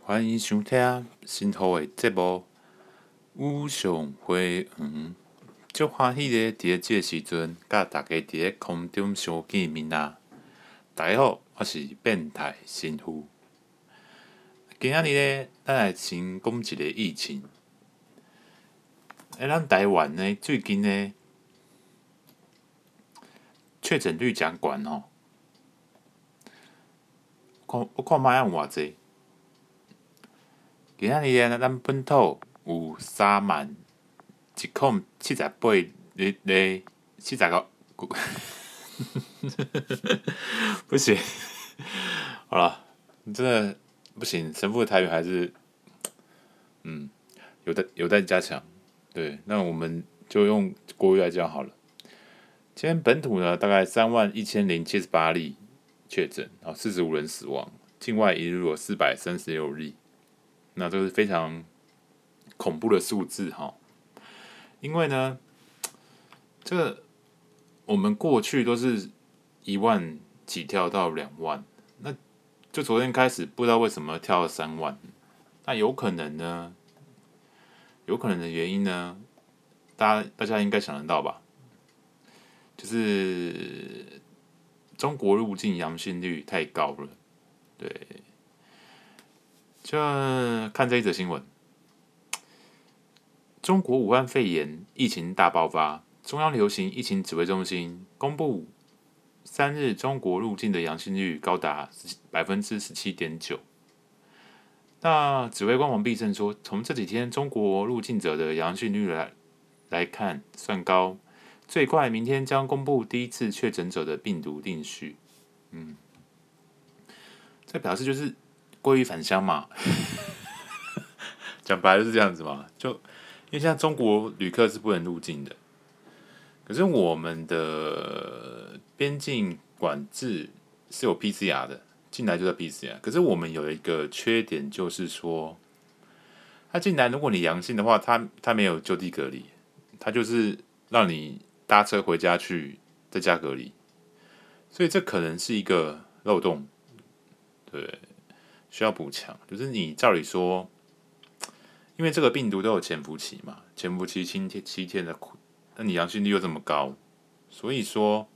欢迎收听新好的节目《有上回足欢喜的伫这个时阵，甲大家伫咧空中相见面啊！大家好，我是变态神父。今仔日咧，咱来先讲一个疫情。咱台湾呢，最近呢，确诊率真悬吼。我看卖有偌济。今仔日咧，咱本土有30178例40个，不行，好了，真的不行，神父的台语还是有待加强。对，那我们就用国语来讲好了。今天本土呢，大概31078例确诊，然后45人死亡，境外一日有436例。那这是非常恐怖的数字哈，因为呢，这个我们过去都是1万起跳到2万，那就昨天开始不知道为什么跳到3万，那有可能的原因呢，大家应该想得到吧？就是中国入境阳性率太高了，对。就看这一则新闻，中国武汉肺炎疫情大爆发，中央流行疫情指挥中心公布3日中国入境的阳性率高达17.9%。那指挥官王必胜说，从这几天中国入境者的阳性率来看，算高，最快明天将公布第一次确诊者的病毒定序。这表示就是归于返乡嘛，讲白了是这样子嘛，就因为现在中国旅客是不能入境的，可是我们的边境管制是有 PCR 的，进来就在 PCR， 可是我们有一个缺点就是说，他进来如果你阳性的话，他没有就地隔离，他就是让你搭车回家去在家隔离，所以这可能是一个漏洞，对。需要补强，就是你照理说，因为这个病毒都有潜伏期嘛，潜伏期7天的，那你阳性率又这么高，所以说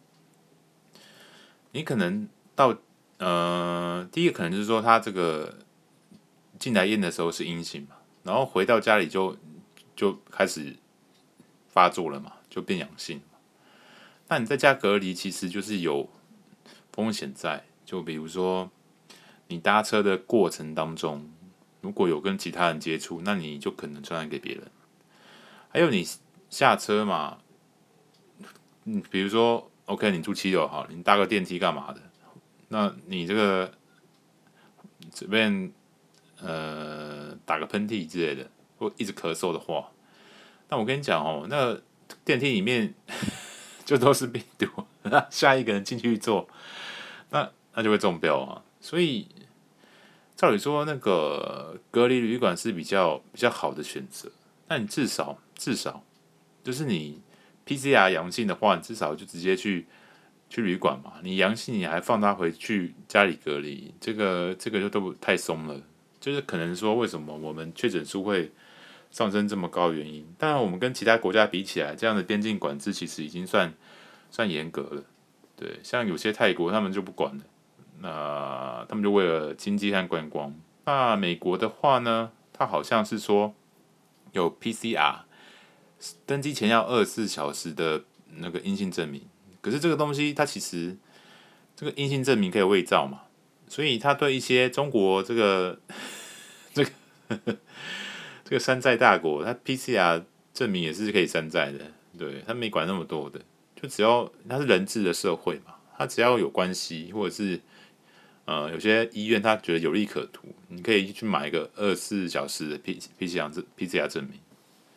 你可能到第一个可能就是说他这个进来验的时候是阴性嘛，然后回到家里就开始发作了嘛，就变阳性嘛。那你在家隔离其实就是有风险在，就比如说。你搭车的过程当中，如果有跟其他人接触，那你就可能传染给别人。还有你下车嘛，比如说 ，OK， 你住7楼好，你搭个电梯干嘛的？那你这个随便打个喷嚏之类的，或一直咳嗽的话，那我跟你讲哦，那电梯里面就都是病毒，那下一个人进去坐，那就会中标啊。所以，照理说，那个隔离旅馆是比较好的选择。那你至少就是你 PCR 阳性的话，你至少就直接去旅馆嘛。你阳性，你还放他回去家里隔离，这个就都太松了。就是可能说，为什么我们确诊数会上升这么高的原因？当然，我们跟其他国家比起来，这样的边境管制其实已经算严格了。对，像有些泰国他们就不管了。那他们就为了经济和观光。那美国的话呢，它好像是说有 PCR， 登机前要24小时的那个阴性证明。可是这个东西它其实这个阴性证明可以伪造嘛，所以它对一些中国这个这个山寨大国，它 PCR 证明也是可以山寨的。对，他没管那么多的，就只要它是人治的社会嘛，它只要有关系或者是。有些医院他觉得有利可图，你可以去买一个24小时的 PCR 证明。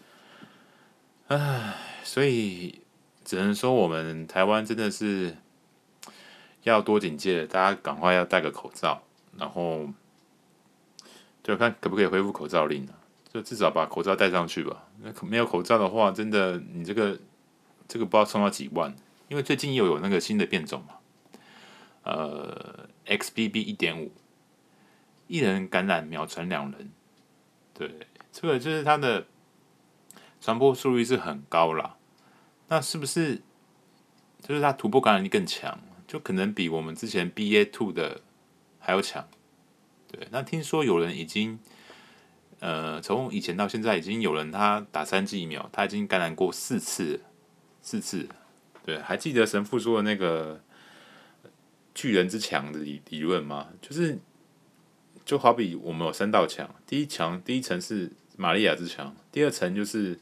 所以只能说我们台湾真的是要多警戒，大家赶快要戴个口罩，然后就看可不可以恢复口罩令啊，就至少把口罩戴上去吧。那没有口罩的话，真的你这个不知道冲到几万，因为最近又有那个新的变种嘛。XBB 1.5， 一人感染秒传2人，对，这个就是它的传播速率是很高啦。那是不是就是它突破感染力更强？就可能比我们之前 BA.2 的还要强。对，那听说有人已经从以前到现在，已经有人他打3剂疫苗，他已经感染过4次，4次。对，还记得神父说的那个巨人之墙的理论吗？就好比我们有3道墙，第一层是玛利亚之墙，第2层就是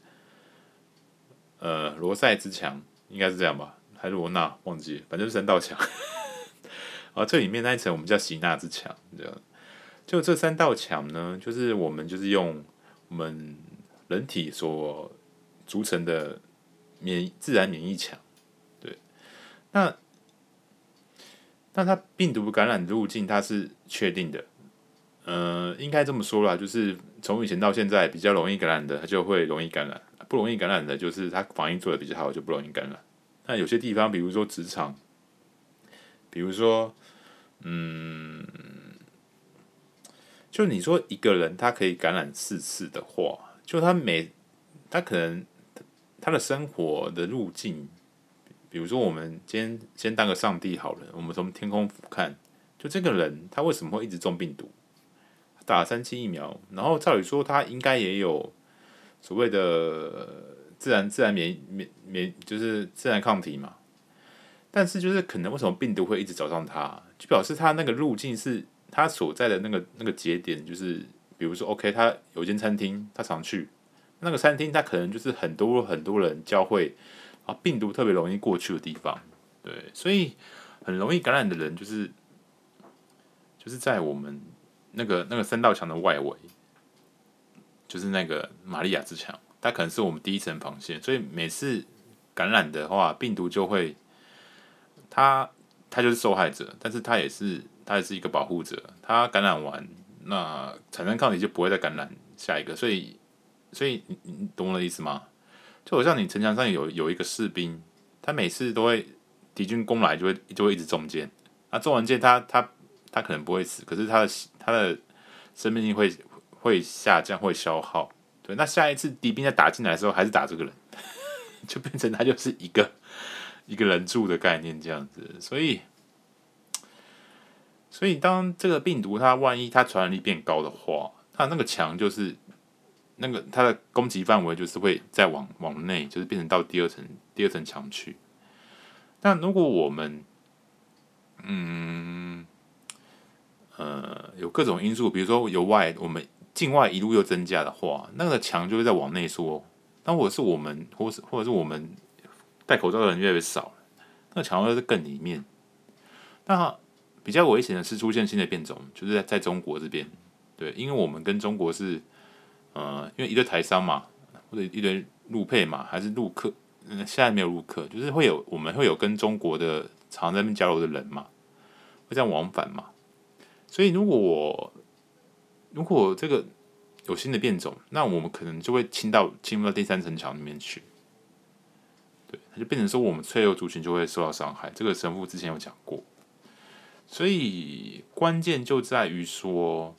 罗塞之墙，应该是这样吧？还是罗纳忘记了，反正是3道墙。然后最里面那一层我们叫希纳之墙，这样。就这3道墙呢，就是我们就是用我们人体所组成的自然免疫墙。对，那它病毒感染路径它是确定的，应该这么说啦，就是从以前到现在，比较容易感染的，它就会容易感染；不容易感染的，就是它防疫做的比较好，就不容易感染。那有些地方，比如说职场，比如说，就你说一个人他可以感染4次的话，就他可能他的生活的路径，比如说我们今天先当个上帝好了，我们从天空俯瞰，就这个人他为什么会一直中病毒？打了3剂疫苗，然后照理说他应该也有所谓的自然就是自然抗体嘛。但是就是可能为什么病毒会一直找上他，就表示他那个路径是他所在的那个节点，就是比如说 OK，他有一间餐厅，他常去那个餐厅，他可能就是很多很多人交汇，啊，病毒特别容易过去的地方，对，所以很容易感染的人就是在我们那个3道墙的外围，就是那个玛利亚之墙，它可能是我们第一层防线，所以每次感染的话，病毒就会他就是受害者，但是他也是一个保护者，他感染完，那产生抗体就不会再感染下一个，所以你懂我的意思吗？就好像你城墙上有一个士兵，他每次都会敌军攻来就会一直中箭，那中完箭他可能不会死，可是他的生命力会下降，会消耗。对，那下一次敌兵再打进来的时候，还是打这个人，就变成他就是一个人柱的概念这样子。所以当这个病毒它万一它传染力变高的话，它那个墙就是它的攻击范围就是会再往内，就是变成到第二层墙去。那如果我们有各种因素，比如说我们境外一路又增加的话，那个墙就会再往内缩。那或者是我们戴口罩的人越来越少，那个墙会更里面。那比较危险的是出现新的变种，就是在中国这边，对，因为我们跟中国是因为一堆台商嘛，或者一堆陆配嘛，还是陆客，现在没有陆客，就是我们会有跟中国的常在那边交流的人嘛，会这样往返嘛。所以如果这个有新的变种，那我们可能就会侵入到第3层墙里面去，对，它就变成说我们脆弱族群就会受到伤害。这个神父之前有讲过，所以关键就在于说，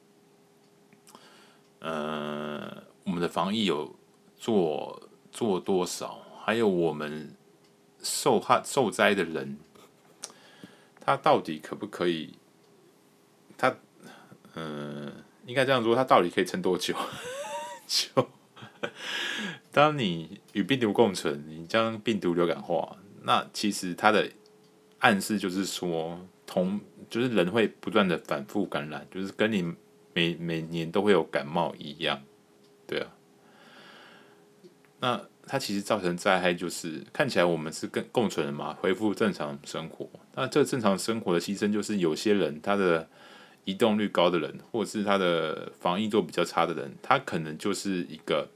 我们的防疫有做多少，还有我们受灾的人，他到底可不可以？他应该这样说，他到底可以撑多久？就当你与病毒共存，你将病毒流感化，那其实它的暗示就是说，就是人会不断的反复感染，就是跟你每年都会有感冒一样，对啊。那它其实造成灾害，就是看起来我们是跟共存的嘛，恢复正常生活。那这个正常生活的牺牲，就是有些人他的移动率高的人，或者是他的防疫做比较差的人，他可能就是一个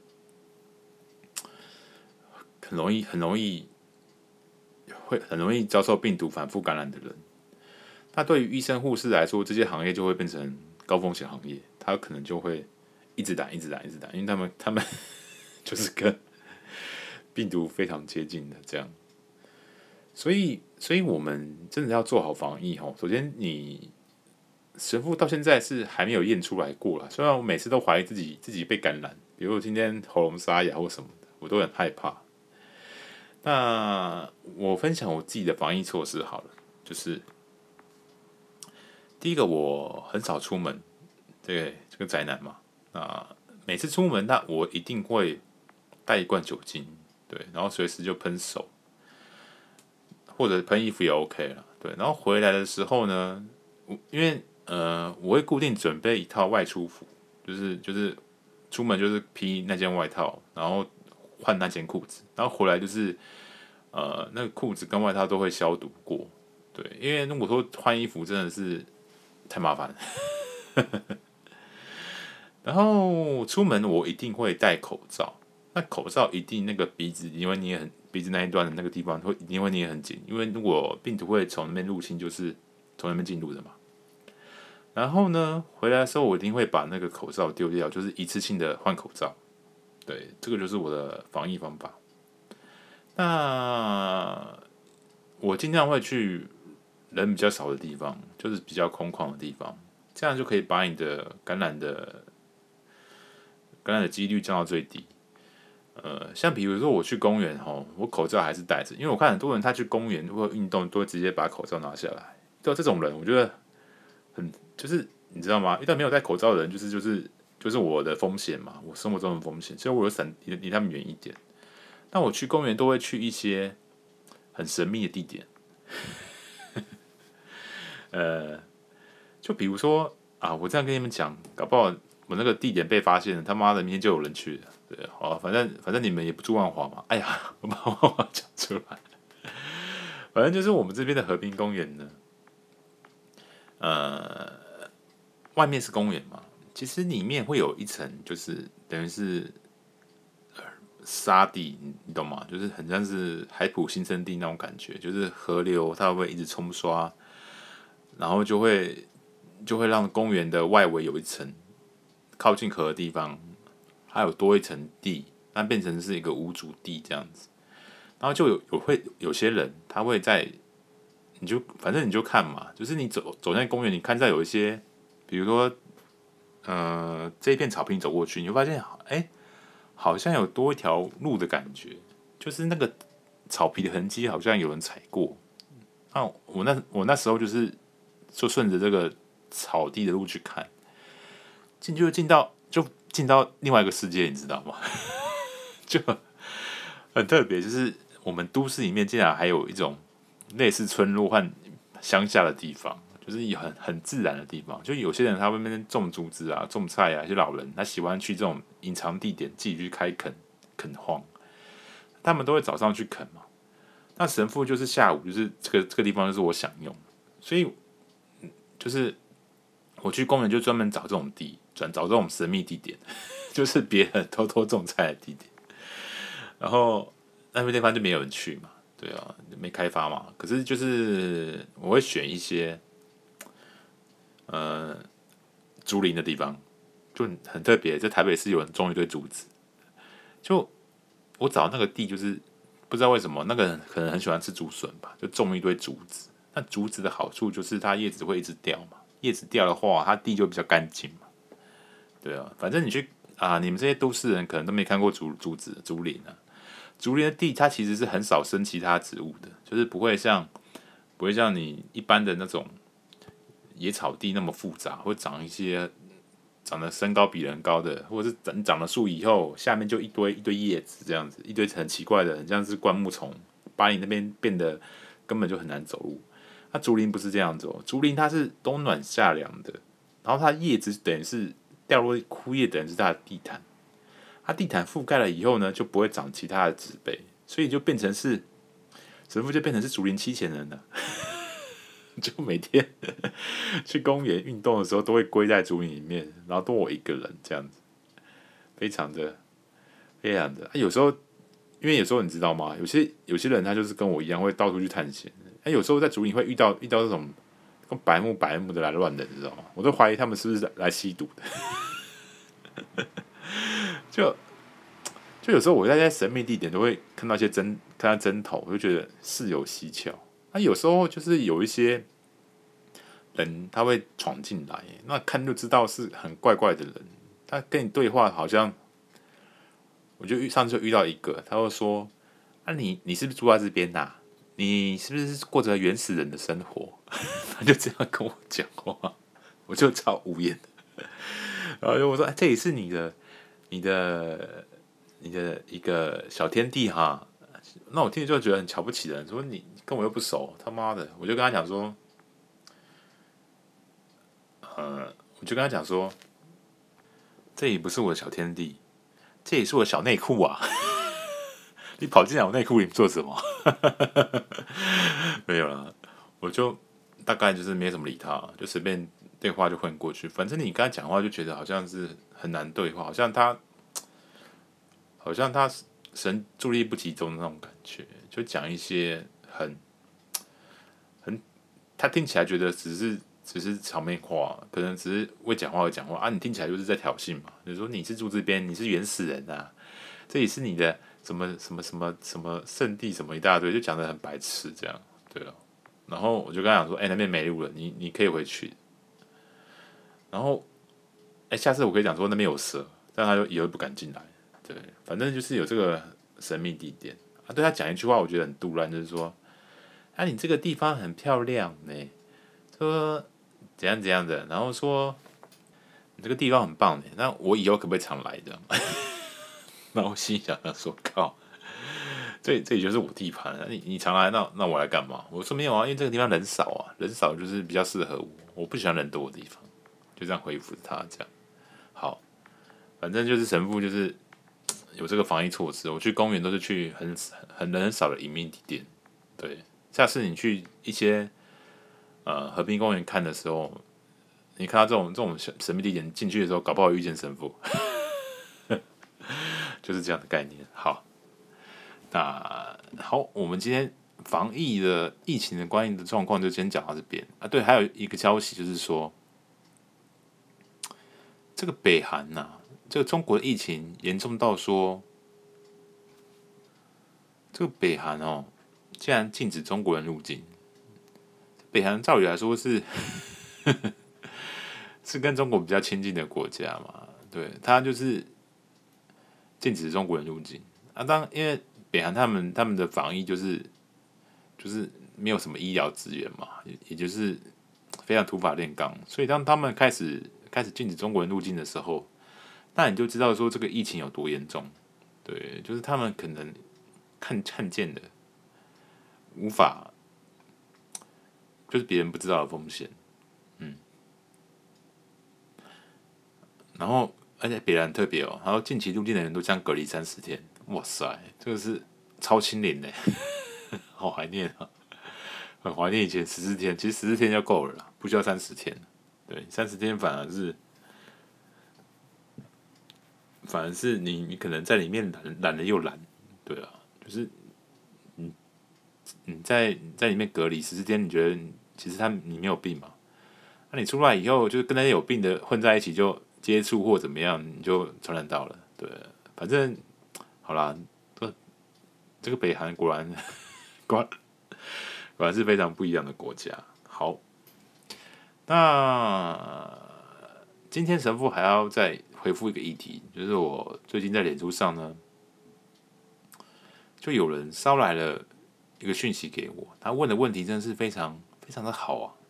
很容易遭受病毒反复感染的人。那对于医生、护士来说，这些行业就会变成高风险行业，他可能就会一直打，因为他们就是跟病毒非常接近的这样。所以我们真的要做好防疫吼。首先，你神父到现在是还没有验出来过啦。虽然我每次都怀疑自己被感染，比如我今天喉咙沙哑或什么的，我都很害怕。那我分享我自己的防疫措施好了，就是第一个，我很少出门，这个宅男嘛，那每次出门，我一定会带一罐酒精，对，然后随时就喷手，或者喷衣服也 OK 了，对，然后回来的时候呢，因为我会固定准备一套外出服，就是出门就是披那件外套，然后换那件裤子，然后回来就是那个裤子跟外套都会消毒过，对，因为如果说换衣服真的是太麻烦了。然后出门我一定会戴口罩，那口罩一定那个鼻子因为捏很鼻子那一段的那个地方一定会捏很紧，因为如果病毒会从那边入侵，就是从那边进入的嘛。然后呢，回来的时候我一定会把那个口罩丢掉，就是一次性的换口罩。对，这个就是我的防疫方法。那我尽量会去人比较少的地方，就是比较空旷的地方，这样就可以把你的感染的几率降到最低。像比如说我去公园吼，我口罩还是戴着，因为我看很多人他去公园或运动都会直接把口罩拿下来。对这种人，我觉得就是你知道吗？遇到没有戴口罩的人，就是我的风险嘛，我生活中的风险，所以我就闪离他们远一点。那我去公园都会去一些很神秘的地点，就比如说啊，我这样跟你们讲，搞不好我那个地点被发现了，他妈的明天就有人去了。对，好，反正你们也不住万华嘛。哎呀，我把万华讲出来。反正就是我们这边的和平公园呢，外面是公园嘛，其实里面会有一层，就是等于是沙地，你懂吗？就是很像是海埔新生地那种感觉，就是河流它会一直冲刷，然后就会让公园的外围有一层靠近河的地方，还有多一层地，那变成是一个无主地这样子。然后就有些人他会在，反正你就看嘛，就是你走在公园，你看到有一些，比如说这一片草坪走过去，你会发现好像有多一条路的感觉，就是那个草皮的痕迹好像有人踩过。那我那时候就顺着这个草地的路去看，进到另外一个世界，你知道吗？就很特别，就是我们都市里面竟然还有一种类似村落和乡下的地方，就是很自然的地方。就有些人他会那边种竹子啊、种菜啊，有些老人他喜欢去这种隐藏地点，自己去开垦荒，他们都会早上去垦嘛。那神父就是下午，就是这个地方就是我享用，所以就是我去公园就专门找这种找这种神秘地点，就是别人偷偷种菜的地点。然后那边地方就没有人去嘛，对啊，没开发嘛。可是就是我会选一些竹林的地方，就很特别。在台北市有人种一堆竹子，就我找那个地，就是不知道为什么那个人可能很喜欢吃竹笋吧，就种一堆竹子。那竹子的好处就是它叶子会一直掉嘛，叶子掉的话，它地就比较干净嘛。对啊，反正你们这些都市人可能都没看过竹林啊。竹林的地它其实是很少生其他植物的，就是不会像你一般的那种野草地那么复杂，会长一些长得身高比人高的，或者是长了树以后下面就一堆叶子这样子，一堆很奇怪的，很像是灌木丛，把你那边变得根本就很难走路。那竹林不是这样子哦，竹林它是冬暖夏凉的，然后它叶子等于是掉落枯叶，等于是它的地毯。它地毯覆盖了以后呢，就不会长其他的植被，所以就变成是神父就变成是竹林七贤人了。就每天去公园运动的时候，都会归在竹林里面，然后都我一个人这样子，非常的。有时候，因为有时候你知道吗？有些人他就是跟我一样，会到处去探险。有时候在竹林会遇到这种白目的来乱的，你知道吗？我都怀疑他们是不是来吸毒的。就有时候我在神秘地点都会看到看到针头，我就觉得事有蹊跷。有时候就是有一些人他会闯进来，那看就知道是很怪怪的人。他跟你对话，好像我上次就遇到一个，他会说：“啊你是不是住在这边呐、你是不是过着原始人的生活？”他就这样跟我讲话，我就超无言的。然后我说：“哎，这里是你的一个小天地哈。”那我听着就觉得很瞧不起人，说你跟我又不熟，他妈的！我就跟他讲说，我就跟他讲说，这里不是我的小天地，这里是我的小内裤啊！你跑进来我内裤里做什么？没有啦，我就大概就是没什么理他，就随便对话就混过去。反正你跟他讲话就觉得好像是很难对话，好像他神注意力不集中的那种感觉，就讲一些很他听起来觉得只是场面话，可能只是为讲话而讲话啊，你听起来就是在挑衅嘛。你说你是住这边，你是原始人啊，这里是你的什么什么什么什么圣地什么一大堆，就讲得很白痴这样，对啊。然后我就跟他讲说，那边没路了，你可以回去。然后下次我可以讲说那边有蛇，但他就以后不敢进来。对，反正就是有这个神秘地点啊。对他讲一句话，我觉得很杜乱，就是说，你这个地方很漂亮呢，说怎样怎样的，然后说你这个地方很棒呢，那我以后可不可以常来的？那我心想说，靠，这里就是我地盘，你常来，那我来干嘛？我说没有啊，因为这个地方人少啊，人少就是比较适合我不喜欢人多的地方，就这样回复他这样。好，反正就是神父就是有这个防疫措施，我去公园都是去很人很少的隐秘地点。对，下次你去一些和平公园看的时候，你看到这种神秘地点进去的时候，搞不好遇见神父，就是这样的概念。好，那好，我们今天防疫的疫情的关于的状况就先讲到这边啊。对，还有一个消息就是说，这个北韩这个中国的疫情严重到说，这个北韩竟然禁止中国人入境。北韩照理来说是跟中国比较亲近的国家嘛，对，他就是禁止中国人入境啊。因为北韩他们的防疫就是没有什么医疗资源嘛，也就是非常土法炼钢，所以当他们开始禁止中国人入境的时候，那你就知道说这个疫情有多严重。对，就是他们可能看见的，无法就是别人不知道的风险。然后而且北韩特别然后近期入境的人都这样隔离30天，哇塞，这个是超清零的，好怀念啊！很怀念以前14天，其实14天就够了啦，不需要30天。对，30天反而是你可能在里面懒了又懒，对啊，就是你在里面隔离14天，你觉得其实你没有病嘛？那你出来以后，就是跟那些有病的混在一起，就接触或怎么样，你就传染到了。对，反正好啦，这个北韩果然是非常不一样的国家。好，那今天神父还要再回复一个议题，就是我最近在脸书上呢，就有人捎来了一个讯息给我，他问的问题真的是非常非常的好啊，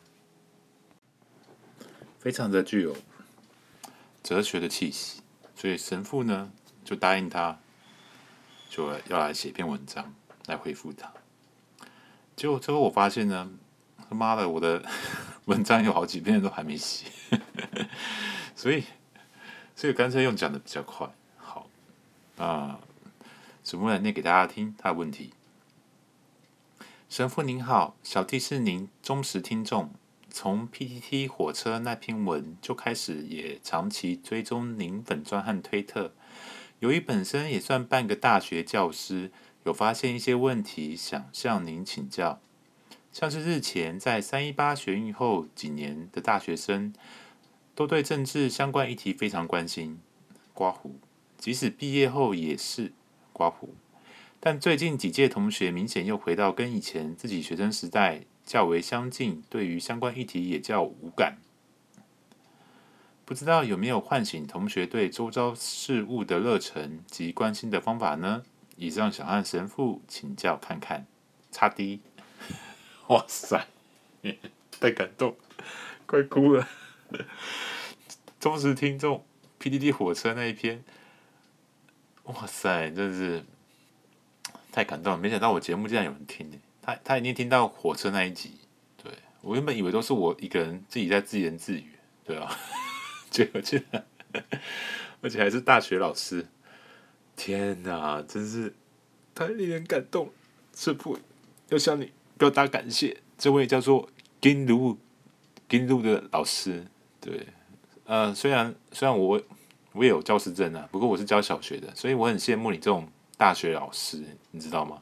非常的具有哲学的气息，所以神父呢就答应他，就要来写篇文章来回复他。结果最后我发现呢，他妈的，我的文章有好几篇都还没写，所以干脆用讲的比较快。好，那神父来念给大家听他的问题。神父您好，小弟是您忠实听众，从 PTT 火车那篇文就开始，也长期追踪您粉专和推特。由于本身也算半个大学教师，有发现一些问题，想向您请教。像是日前在318学运后几年的大学生，都对政治相关议题非常关心，刮胡，即使毕业后也是刮胡。但最近几届同学明显又回到跟以前自己学生时代较为相近，对于相关议题也较无感。不知道有没有唤醒同学对周遭事物的热忱及关心的方法呢？以上想和神父请教看看。擦 D， 哇塞，太感动，快哭了。忠实听众 ，PTT 火车那一篇，哇塞，真是太感动了！没想到我节目竟然有人听呢。他已经听到火车那一集，对我原本以为都是我一个人自己在自言自语，对啊。结果竟然，而且还是大学老师，天哪，真是太令人感动了！师父要向你表达感谢，这位叫做金如的老师，对，虽然我也有教师证啊，不过我是教小学的，所以我很羡慕你这种大学老师，你知道吗？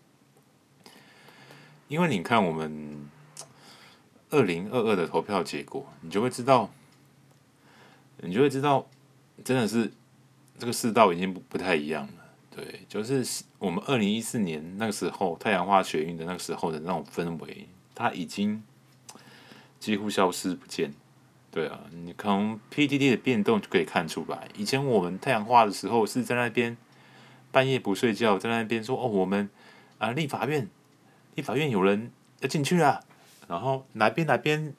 因为你看我们2022的投票结果，你就会知道，真的是这个世道已经不太一样了。对，就是我们2014年那个时候太阳花学运的那个时候的那种氛围，它已经几乎消失不见。对啊，你从 PTT 的变动就可以看出来，以前我们太阳花的时候是在那边半夜不睡觉，在那边说我们立法院有人要进去啊，然后哪边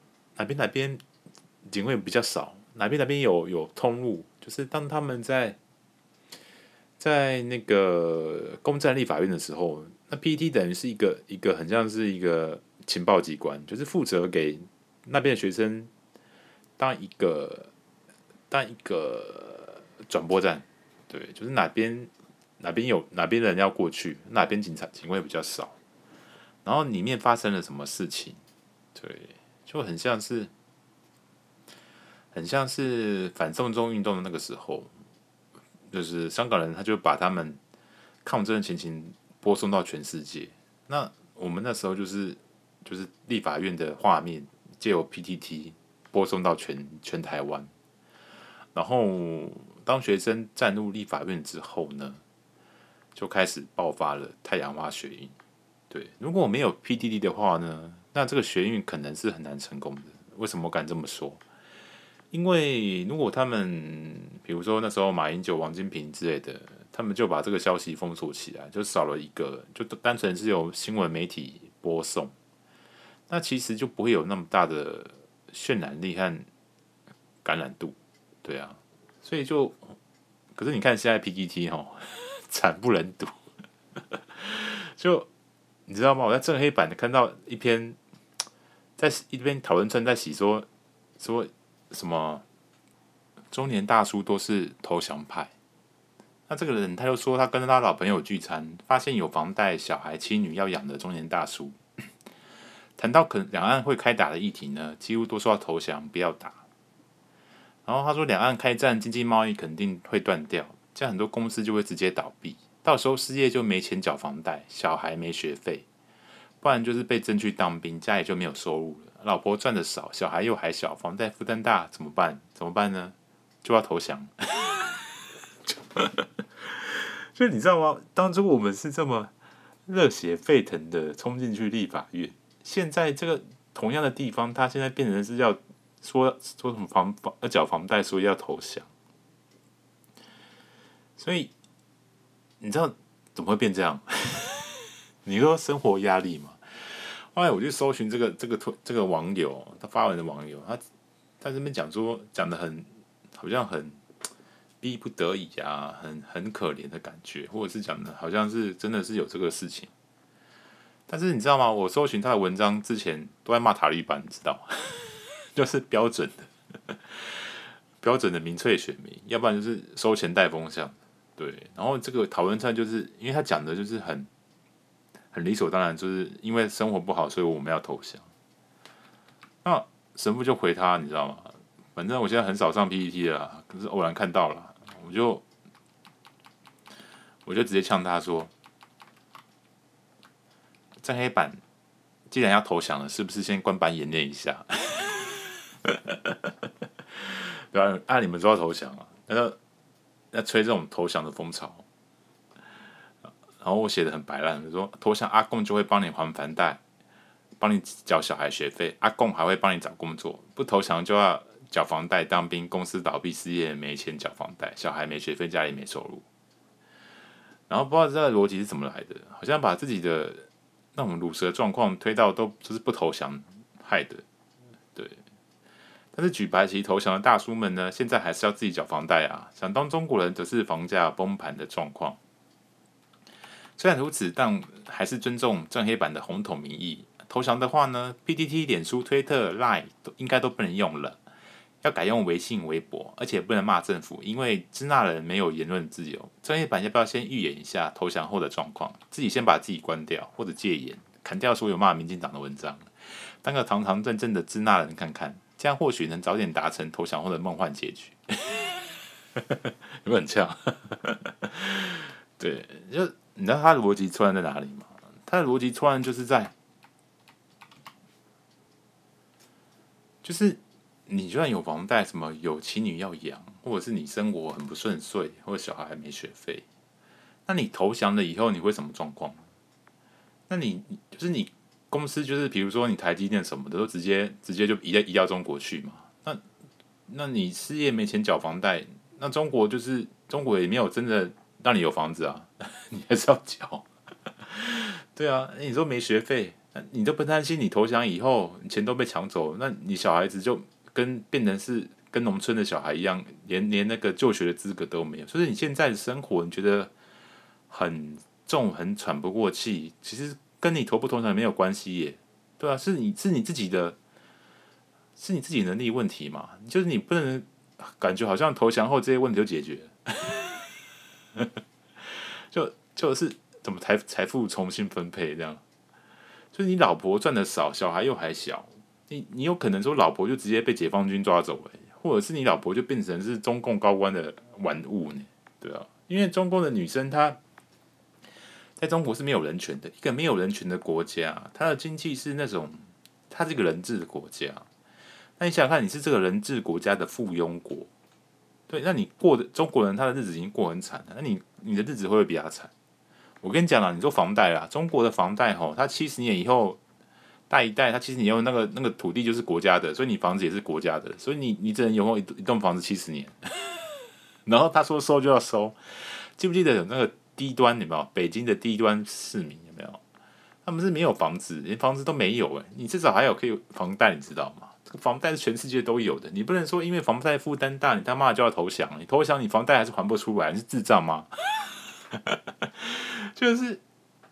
警卫比较少，哪边有通路，就是当他们在那个攻占立法院的时候，那 PT 等于是一个很像是一个情报机关，就是负责给那边的学生当一个转播站，对，就是哪边人要过去，哪边警卫比较少，然后里面发生了什么事情，对，就很像是反送中运动的那个时候，就是香港人他就把他们抗争的情形播送到全世界。那我们那时候就是立法院的画面，借由 PTT 播送到全台湾。然后当学生站入立法院之后呢，就开始爆发了太阳花学运。对，如果没有 PTT 的话呢，那这个学运可能是很难成功的。为什么我敢这么说？因为如果他们，比如说那时候马英九、王金平之类的，他们就把这个消息封锁起来，就少了一个，就单纯是由新闻媒体播送，那其实就不会有那么大的渲染力和感染度，对啊，所以可是你看现在 PTT 惨不忍睹，就你知道吗？我在正黑板看到一篇，在一边讨论串在洗说什么中年大叔都是投降派。那这个人他就说，他跟他老朋友聚餐，发现有房贷、小孩、妻女要养的中年大叔。谈到两岸会开打的议题呢，几乎都说要投降，不要打。然后他说，两岸开战，经济贸易肯定会断掉，这样很多公司就会直接倒闭，到时候失业就没钱缴房贷，小孩没学费，不然就是被征去当兵，家里就没有收入了。老婆赚的少，小孩又还小，房贷负担大，怎么办？怎么办呢？就要投降。所以你知道吗？当初我们是这么热血沸腾的冲进去立法院，现在这个同样的地方，他现在变成是要说什么要缴房贷，所以要投降。所以你知道怎么会变这样？你说生活压力嘛？后来我去搜寻这个网友，他发文的网友，他这边讲的好像很逼不得已啊，很可怜的感觉，或者是讲的好像是真的是有这个事情。但是你知道吗？我搜寻他的文章之前都在骂塔利班，你知道吗？就是标准的民粹选民，要不然就是收钱带风向。对，然后这个讨论串就是因为他讲的就是很理所当然，就是因为生活不好，所以我们要投降。那神父就回他，你知道吗？反正我现在很少上 PPT 了啦，可是偶然看到了，我就直接呛他说：“在黑板，既然要投降了，是不是先官版演练一下？对啊，你们说要投降啊，要吹这种投降的风潮。然后我写的很白烂，就说投降阿贡就会帮你还房贷， 帮你缴小孩学费，阿公还会帮你找工作，不投降就要缴房贷、当兵，公司倒闭、失业没钱缴房贷，小孩没学费，家里没收入。然后不知道这个逻辑是怎么来的，好像把自己的那种乳蛇状况推到都是不投降害的，对。但是举白旗投降的大叔们呢，现在还是要自己缴房贷啊。想当中国人，则是房价崩盘的状况。虽然如此，但还是尊重正黑板的红统民意。投降的话呢 ，PTT、脸书、推特、Line 应该都不能用了，要改用微信、微博，而且不能骂政府，因为支那人没有言论自由。正黑板要不要先预演一下投降后的状况？自己先把自己关掉，或者戒严，砍掉所有骂民进党的文章，当个堂堂正正的支那人看看。这样或许能早点达成投降后的梦幻结局，有没有很像？对，就你知道他的逻辑突然在哪里吗？他的逻辑突然就是你就算有房贷，什么有妻女要养，或者是你生活很不顺遂，或者小孩没学费，那你投降了以后，你会什么状况？那你就是你公司就是比如说你台积电什么的都直接就移到中国去嘛？那你失业没钱缴房贷，那中国也没有真的让你有房子啊，你还是要缴。对啊，你说没学费，你都不担心你投降以后你钱都被抢走，那你小孩子就变成是跟农村的小孩一样，连那个就学的资格都没有。所以你现在的生活你觉得很重，很喘不过气，其实跟你投不投降没有关系耶。对啊，是你自己的。是你自己能力问题嘛？就是你不能感觉好像投降后这些问题就解决了，就是怎么财富重新分配这样。就是你老婆赚的少，小孩又还小，你有可能说老婆就直接被解放军抓走了，或者是你老婆就变成是中共高官的玩物呢？对啊，因为中共的女生她在中国是没有人权的，一个没有人权的国家，它的经济是那种它是一个人治的国家。那你想想看，你是这个人治国家的附庸国，对，那你过的中国人他的日子已经过很惨了，那你的日子会不会比他惨？我跟你讲啦，你说房贷啦，中国的房贷吼，它70年以后贷一贷，它70年以后那个土地就是国家的，所以你房子也是国家的，所以你只能拥有一栋房子70年，然后他说收就要收，记不记得有那个低端有没有？北京的低端市民有没有？他们是没有房子，连房子都没有你至少还有可以房贷，你知道吗？房贷是全世界都有的，你不能说因为房贷负担大，你他妈就要投降。你投降，你房贷还是还不出来，你是智障吗？就是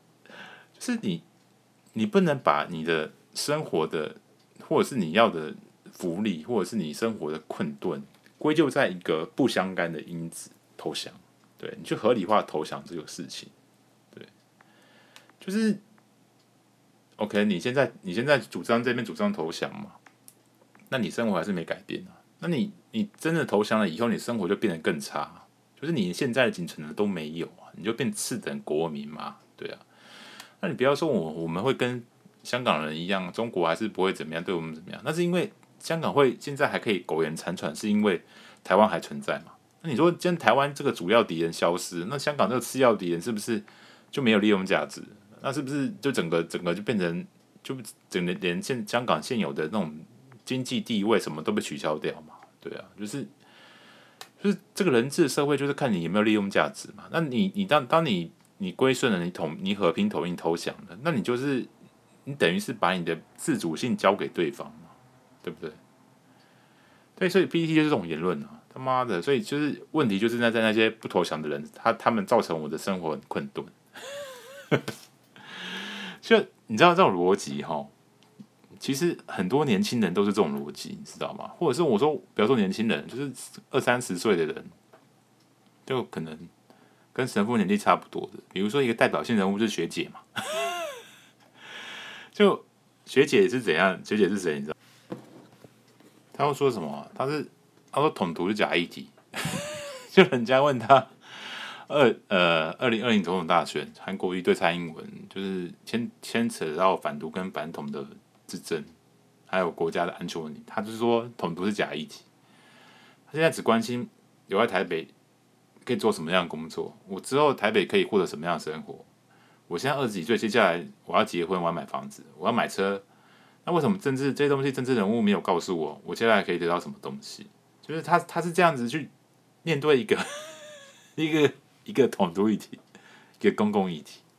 你不能把你的生活的，或者是你要的福利，或者是你生活的困顿，归咎在一个不相干的因子投降。对，你去合理化投降这个事情。对，就是 OK。你现在主张这边主张投降嘛？那你生活还是没改变啊？那你真的投降了以后，你生活就变得更差，就是你现在仅存的都没有啊，你就变次等国民嘛，对啊。那你不要说我们会跟香港人一样，中国还是不会怎么样，对我们怎么样？那是因为香港会现在还可以苟延残喘，是因为台湾还存在嘛？那你说今天台湾这个主要敌人消失，那香港这个次要敌人是不是就没有利用价值？那是不是就整个就变成就整个连香港现有的那种经济地位什么都被取消掉嘛？对啊，就是这个人治的社会，就是看你有没有利用价值嘛。那你当你归顺了，你和平统一投降了，那你等于是把你的自主性交给对方嘛，对不对？对，所以 PTT 就是这种言论啊，他妈的，所以就是问题就是在那些不投降的人，他们造成我的生活很困顿。就你知道这种逻辑哈？其实很多年轻人都是这种逻辑，你知道吗？或者是我说，不要说年轻人，就是20-30岁的人，就可能跟神父年纪差不多的。比如说一个代表性人物就是学姐嘛，就学姐是怎样？学姐是谁？你知道？他会说什么？他说统独是假议题，就人家问他2020总统大选，韩国瑜对蔡英文就是牵扯到反独跟反统的之争，还有国家的安全问题，他就是说统独是假议题。他现在只关心留在台北可以做什么样的工作，我之后台北可以获得什么样的生活。我现在20几岁，接下来我要结婚，我要买房子，我要买车， 那为什么这些东西政治人物没有告诉我，我接下来可以得到什么东西？就是他是这样子去面对一个一个统独议题，一个公共议题，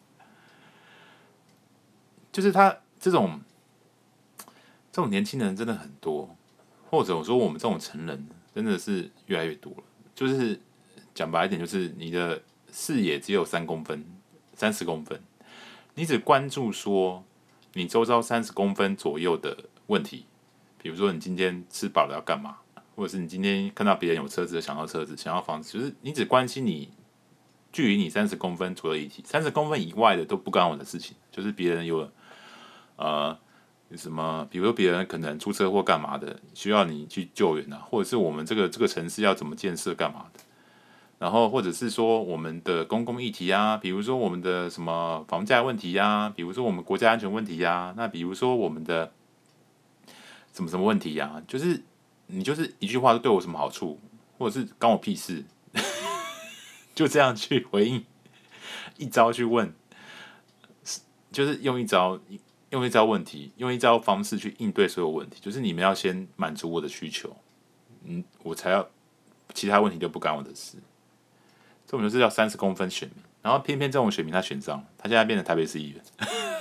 就是他这种年轻人真的很多，或者我说我们这种成人真的是越来越多了。就是讲白一点，就是你的视野只有3公分、30公分，你只关注说你周遭30公分左右的问题，比如说你今天吃饱了要干嘛，或者是你今天看到别人有车子，想要车子，想要房子，就是你只关心你距离你30公分左右的议题，30公分以外的都不关我的事情。就是别人有什么，比如说别人可能出车祸干嘛的，需要你去救援啊，或者是我们这个城市要怎么建设干嘛的，然后或者是说我们的公共议题啊，比如说我们的什么房价问题啊，比如说我们国家安全问题啊，那比如说我们的什么问题啊，就是你就是一句话对我有什么好处，或者是关我屁事，就这样去回应，一招去问，就是用一招问题，用一招方式去应对所有问题，就是你们要先满足我的需求，我才要其他问题都不干我的事。这种就是要30公分选民，然后偏偏这种选民他选上了，他现在变成台北市议员，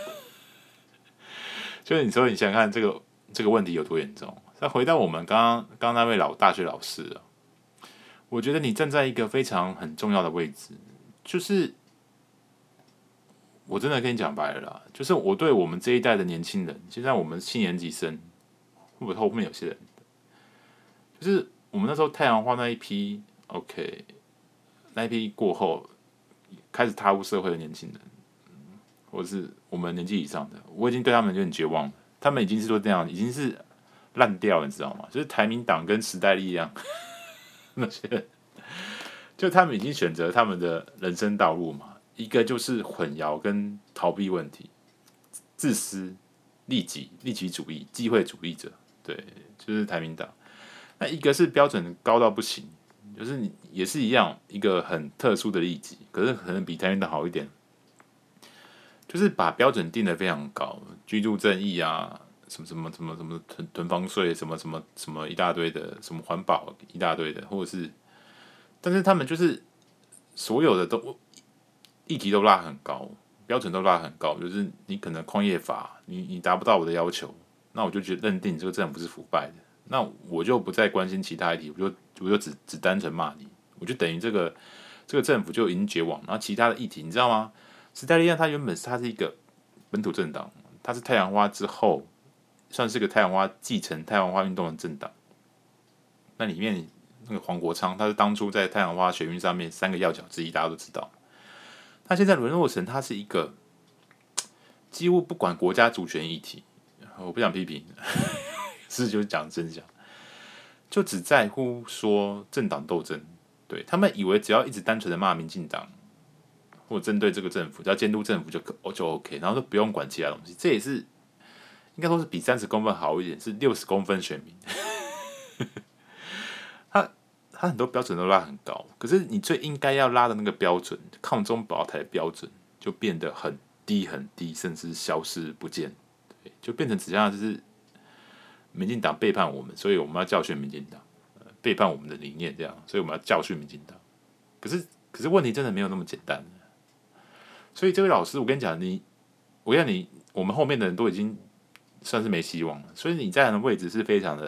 就是你说你想想看这个问题有多严重。再回到我们刚刚那位大学老师啊，我觉得你站在一个非常很重要的位置，就是我真的跟你讲白了啦，就是我对我们这一代的年轻人，现在我们7年级生，或者后面有些人，就是我们那时候太阳花那一批 ，OK， 那一批过后开始踏入社会的年轻人，或者是我们年纪以上的，我已经对他们有点绝望了。他们已经是说这样，已经是烂掉了，你知道吗？就是台民党跟时代力量那些人，就他们已经选择他们的人生道路嘛。一个就是混淆跟逃避问题，自私、利己主义、机会主义者，对，就是台民党。那一个是标准高到不行，就是你也是一样，一个很特殊的利己，可是可能比台民党好一点，就是把标准定得非常高，居住正义啊，什么囤房税，什么一大堆的，什么环保一大堆的，或者是，但是他们就是所有的都。议题都拉很高，标准都拉很高，就是你可能矿业法，你达不到我的要求，那我就认定你这个政府是腐败的，那我就不再关心其他议题，我就只单纯骂你，我就等于这个政府就已经绝望，然后其他的议题你知道吗？时代力量它原本是一个本土政党，它是太阳花之后算是个太阳花继承太阳花运动的政党，那里面那个黄国昌，他是当初在太阳花学运上面3个要角之一，大家都知道。他现在沦落成，他是一个几乎不管国家主权议题，我不想批评，是就是讲真相，就只在乎说政党斗争。对他们以为只要一直单纯的骂民进党，或针对这个政府，只要监督政府就 OK， 然后都不用管其他东西。这也是应该说是比30公分好一点，是60公分选民。他很多标准都拉很高，可是你最应该要拉的那个标准，抗中保台的标准，就变得很低很低，甚至消失不见。对，就变成只像就是民进党背叛我们，所以我们要教训民进党，背叛我们的理念，这样，所以我们要教训民进党。可是问题真的没有那么简单。所以这位老师，我跟你讲，我们后面的人都已经算是没希望了。所以你在的位置是非常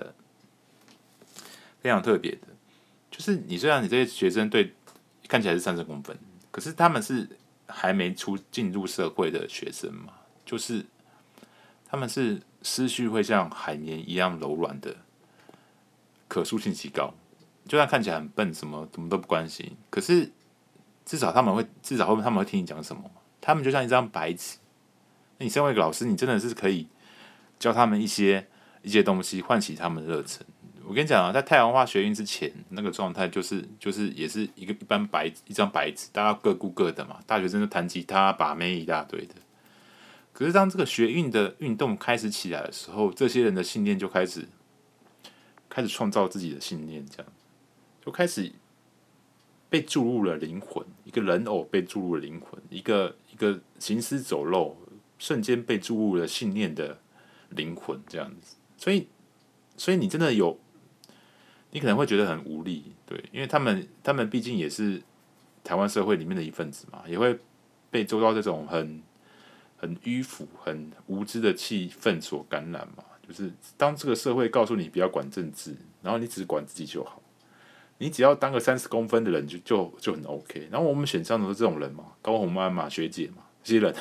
特别的。就是你虽然你这些学生对看起来是30公分，可是他们是还没进入社会的学生嘛，就是他们是思绪会像海绵一样柔软的，可塑性极高。就算看起来很笨，什么都不关心，可是至少他们会听你讲什么。他们就像一张白纸，那你身为一个老师，你真的是可以教他们一些东西，唤起他们的热忱。我跟你讲啊，在太阳花学运之前，那个状态就是也是一张白纸，大家各顾各的嘛。大学生就弹吉他、把妹一大堆的。可是当这个学运的运动开始起来的时候，这些人的信念就开始创造自己的信念，这样就开始被注入了灵魂，一个人偶被注入了灵魂，一个行尸走肉瞬间被注入了信念的灵魂这样子。所以你真的有，你可能会觉得很无力，对，因为他们毕竟也是台湾社会里面的一份子嘛，也会被周遭这种很迂腐、很无知的气氛所感染嘛。就是当这个社会告诉你不要管政治，然后你只管自己就好，你只要当个30公分的人就很 OK。然后我们选上的都是这种人嘛，高虹安嘛、学姐嘛这些人，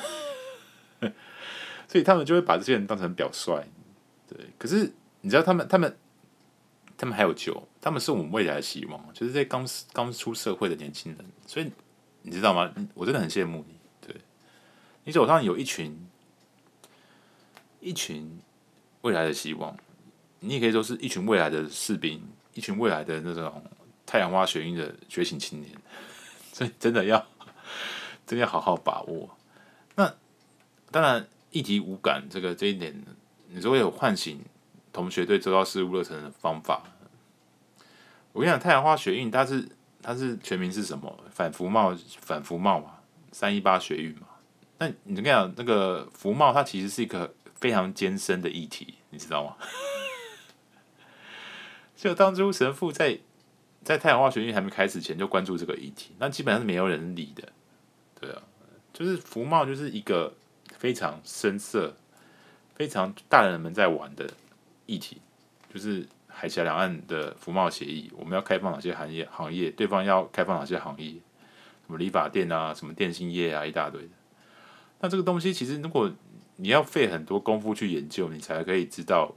所以他们就会把这些人当成表率。对，可是你知道他们还有救，他们是我们未来的希望，就是在刚出社会的年轻人。所以你知道吗？我真的很羡慕你。对，你手上有一群未来的希望，你也可以说是一群未来的士兵，一群未来的那种太阳花学运的觉醒青年。所以真的要好好把握。那当然，议题无感这一点，你说有唤醒同学对周遭事物热忱的方法。我跟你讲，太阳花学运它是全名是什么？反服贸嘛，318学运嘛。那你跟你讲，那个服贸它其实是一个非常艰深的议题，你知道吗？就当初神父在太阳花学运还没开始前就关注这个议题，那基本上是没有人理的。对啊，就是服贸就是一个非常深色、非常大人们在玩的议题，就是海峡两岸的服贸协议，我们要开放哪些行业，对方要开放哪些行业，什么理发店啊，什么电信业啊，一大堆的。那这个东西其实如果你要费很多功夫去研究，你才可以知道，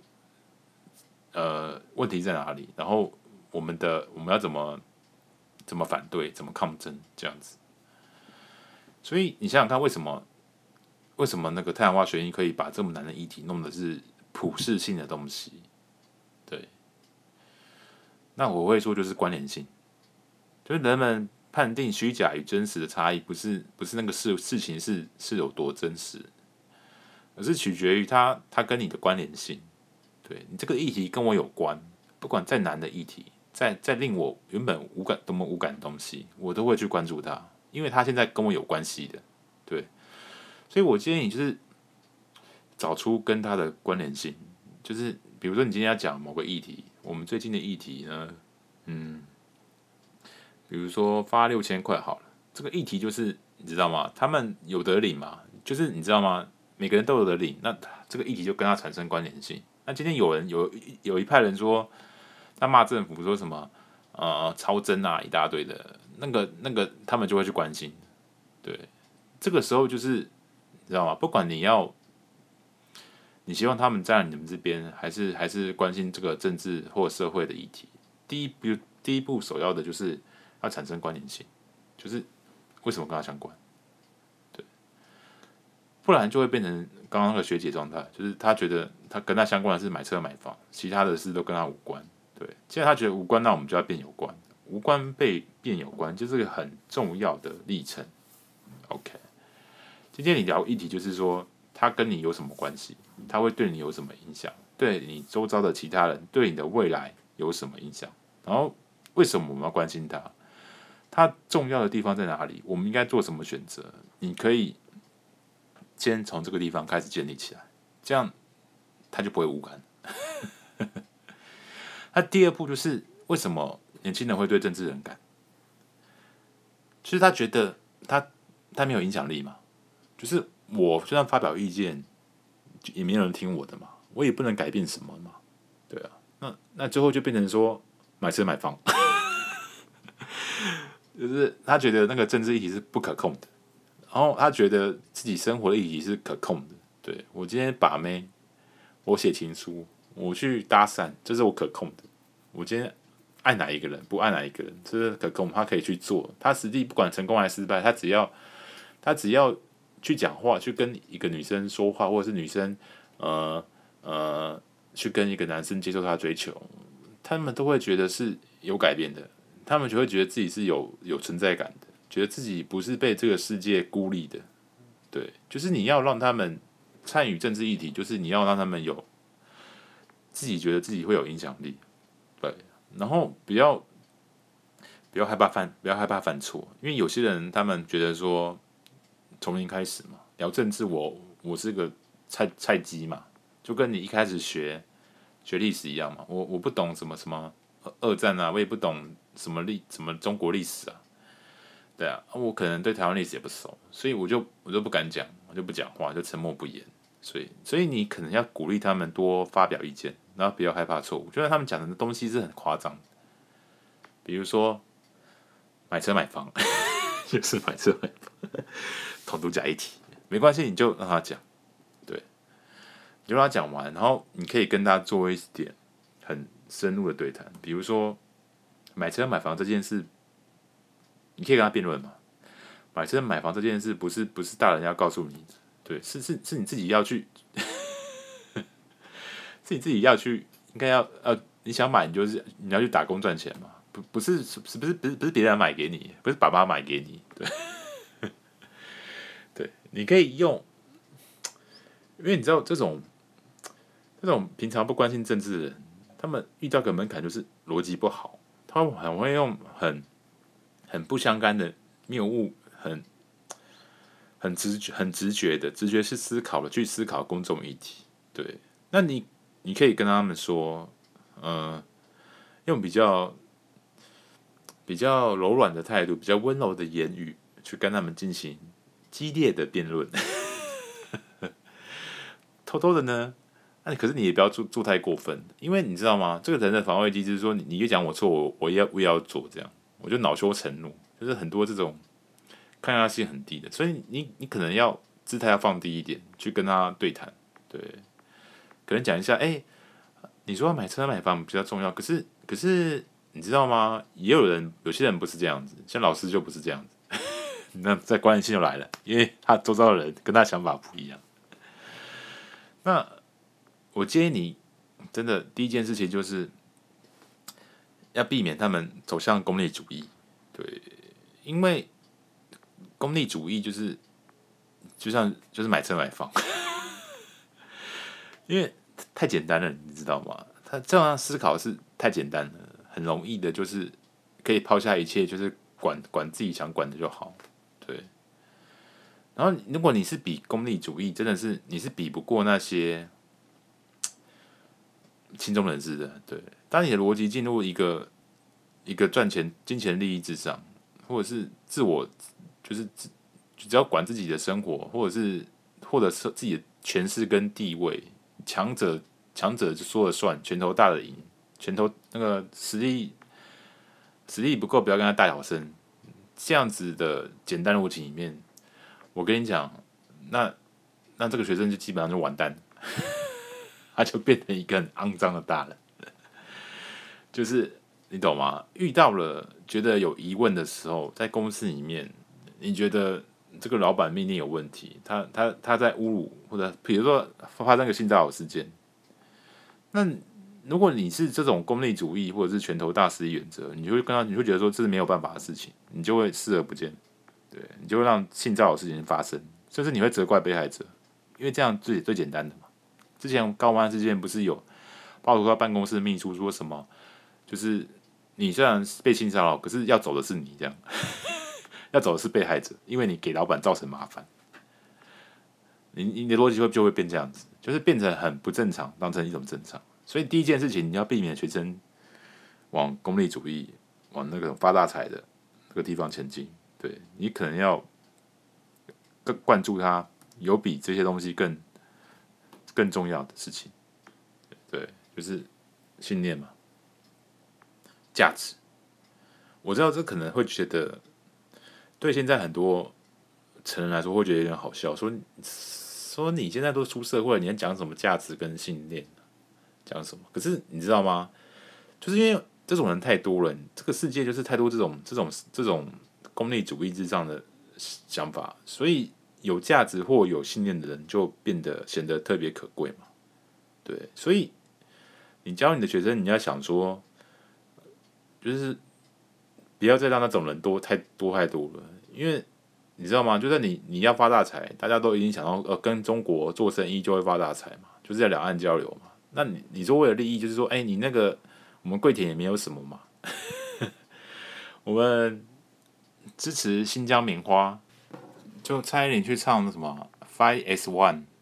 问题在哪里，然后我们要怎么反对，怎么抗争这样子。所以你想想看，为什么那个太阳花学运可以把这么难的议题弄的是普世性的东西？对，那我会说就是关联性，就是人们判定虚假与真实的差异，不是那个事情是有多真实，而是取决于它跟你的关联性。对，你这个议题跟我有关，不管再难的议题，再令我原本多么无感的东西，我都会去关注它，因为它现在跟我有关系的。对，所以我建议你就是找出跟它的关联性，就是比如说你今天要讲某个议题，我们最近的议题呢，比如说发6000块好了，这个议题就是你知道吗？他们有得领嘛，就是你知道吗？每个人都有得领，那这个议题就跟他产生关联性。那今天有一派人说，他骂政府说什么超征啊一大堆的，那个他们就会去关心。对，这个时候就是你知道吗？不管你希望他们站在你们这边，还是关心这个政治或社会的议题，第一步首要的就是要产生关联性，就是为什么跟他相关？对，不然就会变成刚刚那个学姐状态，就是他觉得他跟他相关的是买车买房，其他的事都跟他无关。对，既然他觉得无关，那我们就要变有关，无关变有关，就是个很重要的历程。OK， 今天你聊议题就是说，它跟你有什么关系？它会对你有什么影响？对你周遭的其他人，对你的未来有什么影响？然后为什么我们要关心它？它重要的地方在哪里？我们应该做什么选择？你可以先从这个地方开始建立起来，这样它就不会无感。那第二步就是为什么年轻人会对政治冷感？就是他觉得他没有影响力嘛，就是我就算发表意见，也没有人听我的嘛，我也不能改变什么嘛，对啊，那最后就变成说买车买房，就是他觉得那个政治议题是不可控的，然后他觉得自己生活的议题是可控的，对，我今天把妹，我写情书，我去搭讪，这是我可控的，我今天爱哪一个人，不爱哪一个人，这是可控，他可以去做。他实际不管成功还是失败，他只要去讲话，去跟一个女生说话，或者是女生去跟一个男生接受他的追求，他们都会觉得是有改变的，他们就会觉得自己是有存在感的，觉得自己不是被这个世界孤立的。对，就是你要让他们参与政治议题，就是你要让他们有自己觉得自己会有影响力。对，然后不要害怕犯错，因为有些人他们觉得说从零开始嘛，聊政治我是个菜鸡嘛， 就跟你一开始学历史一样嘛。我不懂什么二战啊，我也不懂什么中国历史啊，对啊，我可能对台湾历史也不熟，所以我就不敢讲，我就不讲话，就沉默不言。所以你可能要鼓励他们多发表意见，然后不要害怕错误。就算他们讲的东西是很夸张，比如说买车买房，就是买车买房，统独假议题，没关系，你就让他讲，对，你就让他讲完，然后你可以跟他做一点很深入的对谈，比如说买车买房这件事，你可以跟他辩论嘛。买车买房这件事不是大人要告诉你的，对，是你自己要去，是你自己要去，应该你想买你要去打工赚钱嘛，不是别人买给你，不是爸爸买给你，对，对，你可以用，因为你知道这种平常不关心政治的人，他们遇到个门槛就是逻辑不好，他们很会用很不相干的谬误，很直觉的直觉是去思考公众议题。对，那你可以跟他们说，用比较柔软的态度，比较温柔的言语去跟他们进行激烈的辩论。偷偷的呢，可是你也不要做太过分，因为你知道吗？这个人的防卫机制是说，你越讲我错，我也要做这样，我就恼羞成怒，就是很多这种抗压性很低的，所以你可能要姿态要放低一点，去跟他对谈，对，可能讲一下，你说买车买房比较重要，可是你知道吗？有些人不是这样子，像老师就不是这样子，那在关联性就来了，因为他周遭的人跟他想法不一样。那我建议你，真的第一件事情就是要避免他们走向功利主义，对，因为功利主义就是买车买房，因为太简单了，你知道吗？他这样思考是太简单了，很容易的，就是可以抛下一切，就是管自己想管的就好，对。然后，如果你是比功利主义，真的是你是比不过那些轻中人士的，对。当你的逻辑进入一个赚钱、金钱利益至上，或者是自我，就是只要管自己的生活，或者是自己的权势跟地位，强者就说了算，拳头大的赢，拳头那个实力不够，不要跟他大小声。这样子的简单逻辑里面，我跟你讲，那这个学生就基本上就完蛋了，他就变成一个很肮脏的大人。就是你懂吗？遇到了觉得有疑问的时候，在公司里面，你觉得这个老板命令有问题，他在侮辱，或者比如说发生个性骚扰事件，那如果你是这种功利主义或者是拳头大实力原则，你会觉得说这是没有办法的事情，你就会视而不见，对，你就会让性骚扰事情发生，甚至你会责怪被害者，因为这样最简单的嘛。之前高湾事件不是有爆出他办公室的秘书说什么，就是你虽然被性骚扰，可是要走的是你这样，要走的是被害者，因为你给老板造成麻烦，你的逻辑就会变这样子，就是变成很不正常，当成一种正常。所以第一件事情，你要避免学生往功利主义、往那个发大财的那个地方前进。对，你可能要更灌注他有比这些东西更重要的事情。对，就是信念嘛，价值。我知道这可能会觉得，对现在很多成人来说会觉得有点好笑，说你现在都出社会了，你在讲什么价值跟信念？讲什么？可是你知道吗？就是因为这种人太多了，这个世界就是太多这种功利主义之上的想法，所以有价值或有信念的人就变得显得特别可贵嘛。对，所以你教你的学生，你要想说，就是不要再让那种人太多了，因为你知道吗？就算你要发大财，大家都已经想到跟中国做生意就会发大财嘛，就是在两岸交流嘛。那你说为了利益，就是说，你那个我们桂田也没有什么嘛，我们支持新疆棉花，就蔡依林去唱什么 Five S One，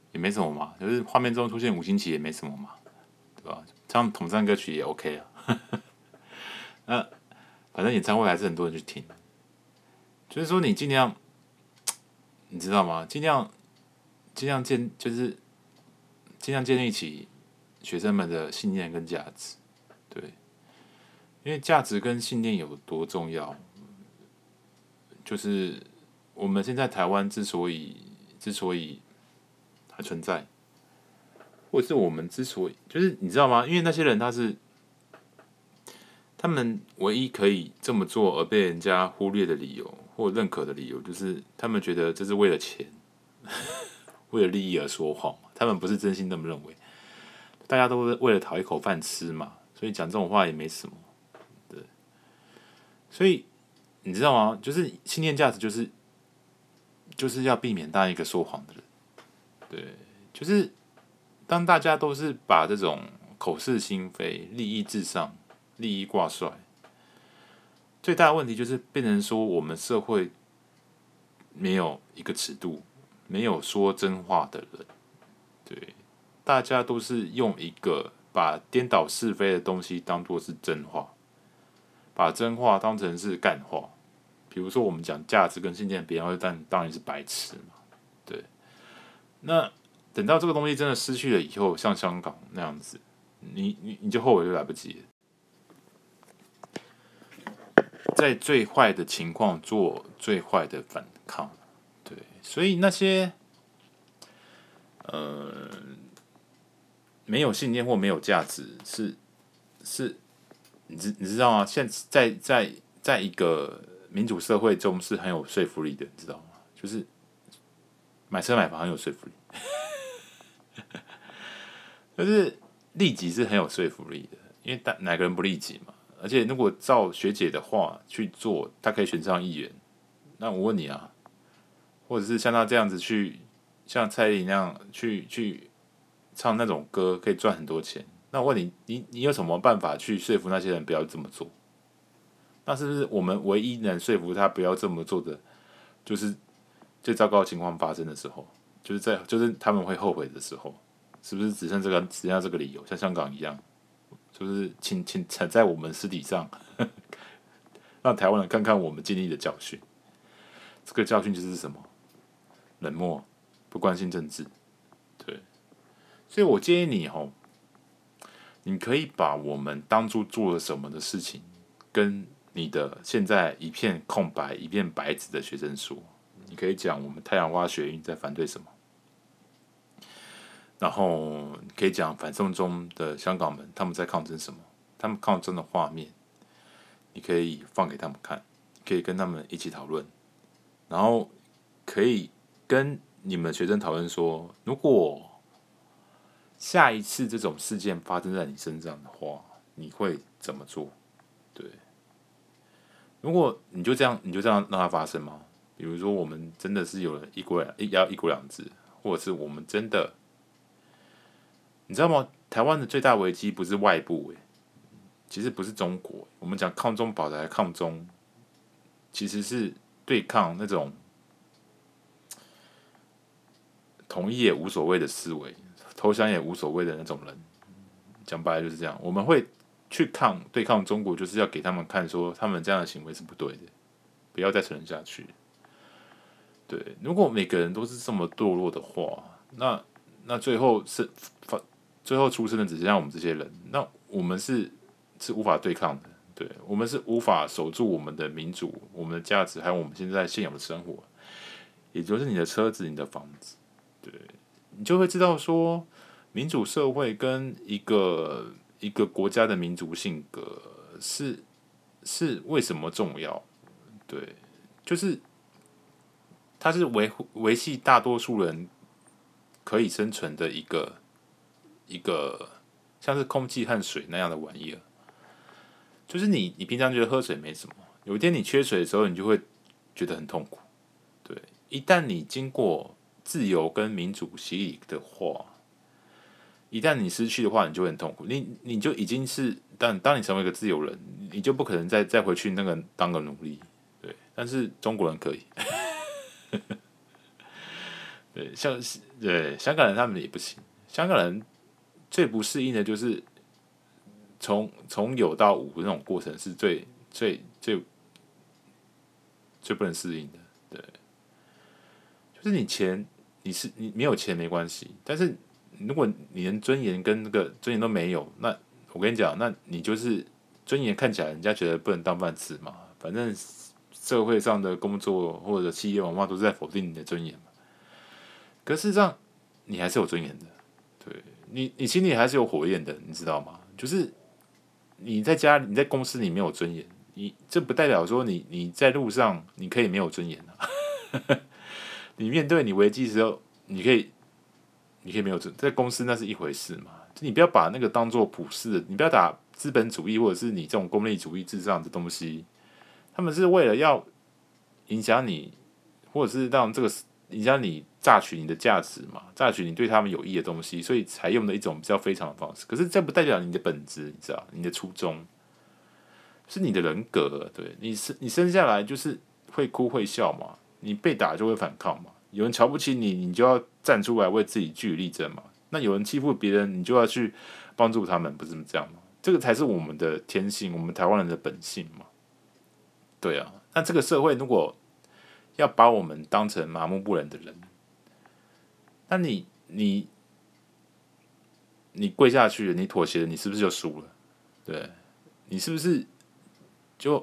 也没什么嘛，就是画面中出现五星旗也没什么嘛，对吧？唱统战歌曲也 OK 啊。那反正演唱会还是很多人去听，就是说你尽量，你知道吗？就是尽量建立起学生们的信念跟价值，对，因为价值跟信念有多重要，就是我们现在台湾之所以还存在，或者是我们之所以就是你知道吗？因为那些人他们唯一可以这么做而被人家忽略的理由或认可的理由，就是他们觉得这是为了钱，为了利益而说谎，他们不是真心这么认为，大家都是为了讨一口饭吃嘛，所以讲这种话也没什么，对，所以你知道吗？就是信念价值，就是要避免当一个说谎的人，对，就是当大家都是把这种口是心非、利益至上、利益挂帅，最大的问题就是变成说我们社会没有一个尺度，没有说真话的人，对，大家都是用一个把颠倒是非的东西当作是真话，把真话当成是干话。比如说我们讲价值跟信念，别人会当然是白痴嘛，对。那等到这个东西真的失去了以后，像香港那样子，你就后悔就来不及了。在最坏的情况做最坏的反抗，对，所以那些没有信念或没有价值是你知道吗？现在一个民主社会中是很有说服力的，你知道吗？就是买车买房很有说服力，就是利己是很有说服力的，因为哪个人不利己嘛？而且如果照学姐的话去做，她可以选上议员。那我问你啊，或者是像她这样子去，像蔡依林那样去唱那种歌，可以赚很多钱。那我问你，你有什么办法去说服那些人不要这么做？那是不是我们唯一能说服他不要这么做的，就是最糟糕的情况发生的时候，就是他们会后悔的时候，是不是只剩这个理由？像香港一样，就是请踩在我们尸体上，让台湾人看看我们经历的教训。这个教训就是什么？冷漠，不关心政治。对，所以我建议你你可以把我们当初做了什么的事情，跟你的现在一片空白、一片白纸的学生说。你可以讲我们太阳花学运在反对什么，然后可以讲反送中的香港们他们在抗争什么，他们抗争的画面，你可以放给他们看，可以跟他们一起讨论，然后可以跟你们学生讨论说，如果下一次这种事件发生在你身上的话，你会怎么做？对，如果你就这样让它发生吗？比如说，我们真的是有了一国两制，或者是我们真的，你知道吗？台湾的最大危机不是外部，其实不是中国。我们讲抗中保台、抗中，其实是对抗那种同意也无所谓的思维，投降也无所谓的那种人。讲白了就是这样，我们会去对抗中国，就是要给他们看，说他们这样的行为是不对的，不要再承认下去。对，如果每个人都是这么堕落的话，那最后出生的只剩下我们这些人，那我们是无法对抗的。对，我们是无法守住我们的民主、我们的价值，还有我们现在现有的生活，也就是你的车子、你的房子。对，你就会知道说，民主社会跟一个国家的民族性格是为什么重要？对，就是它是维系大多数人可以生存的一个像是空气和水那样的玩意儿。就是你平常觉得喝水没什么，有一天你缺水的时候，你就会觉得很痛苦。对，一旦你经过自由跟民主洗礼的话，一旦你失去的话，你就会很痛苦。你就已经是当你成为一个自由人，你就不可能再回去那个当个奴隶。对，但是中国人可以。 对，香港人他们也不行，香港人最不适应的就是从有到无那种过程是最不能适应的。对，就是你没有钱没关系，但是如果你连尊严跟那个尊严都没有，那我跟你讲，那你就是尊严看起来人家觉得不能当饭吃嘛，反正社会上的工作或者企业文化都是在否定你的尊严嘛。可事实上，你还是有尊严的，对你心里还是有火焰的，你知道吗？就是你在家，你在公司里没有尊严，这不代表说你在路上你可以没有尊严啊。你面对你危机的时候，你可以没有尊，在公司那是一回事嘛。就你不要把那个当做普世的，你不要打资本主义或者是你这种功利主义至上的东西，他们是为了要影响你，或者是让这个影响你榨取你的价值嘛，榨取你对他们有益的东西，所以采用的一种比较非常的方式。可是这不代表你的本质，你知道，你的初衷是你的人格。对你生下来就是会哭会笑嘛，你被打就会反抗嘛。有人瞧不起你，你就要站出来为自己据理力争嘛。那有人欺负别人，你就要去帮助他们，不是这样吗？这个才是我们的天性，我们台湾人的本性嘛。对啊，那这个社会如果要把我们当成麻木不仁的人，那你跪下去了，你妥协了，你是不是就输了？对，你是不是就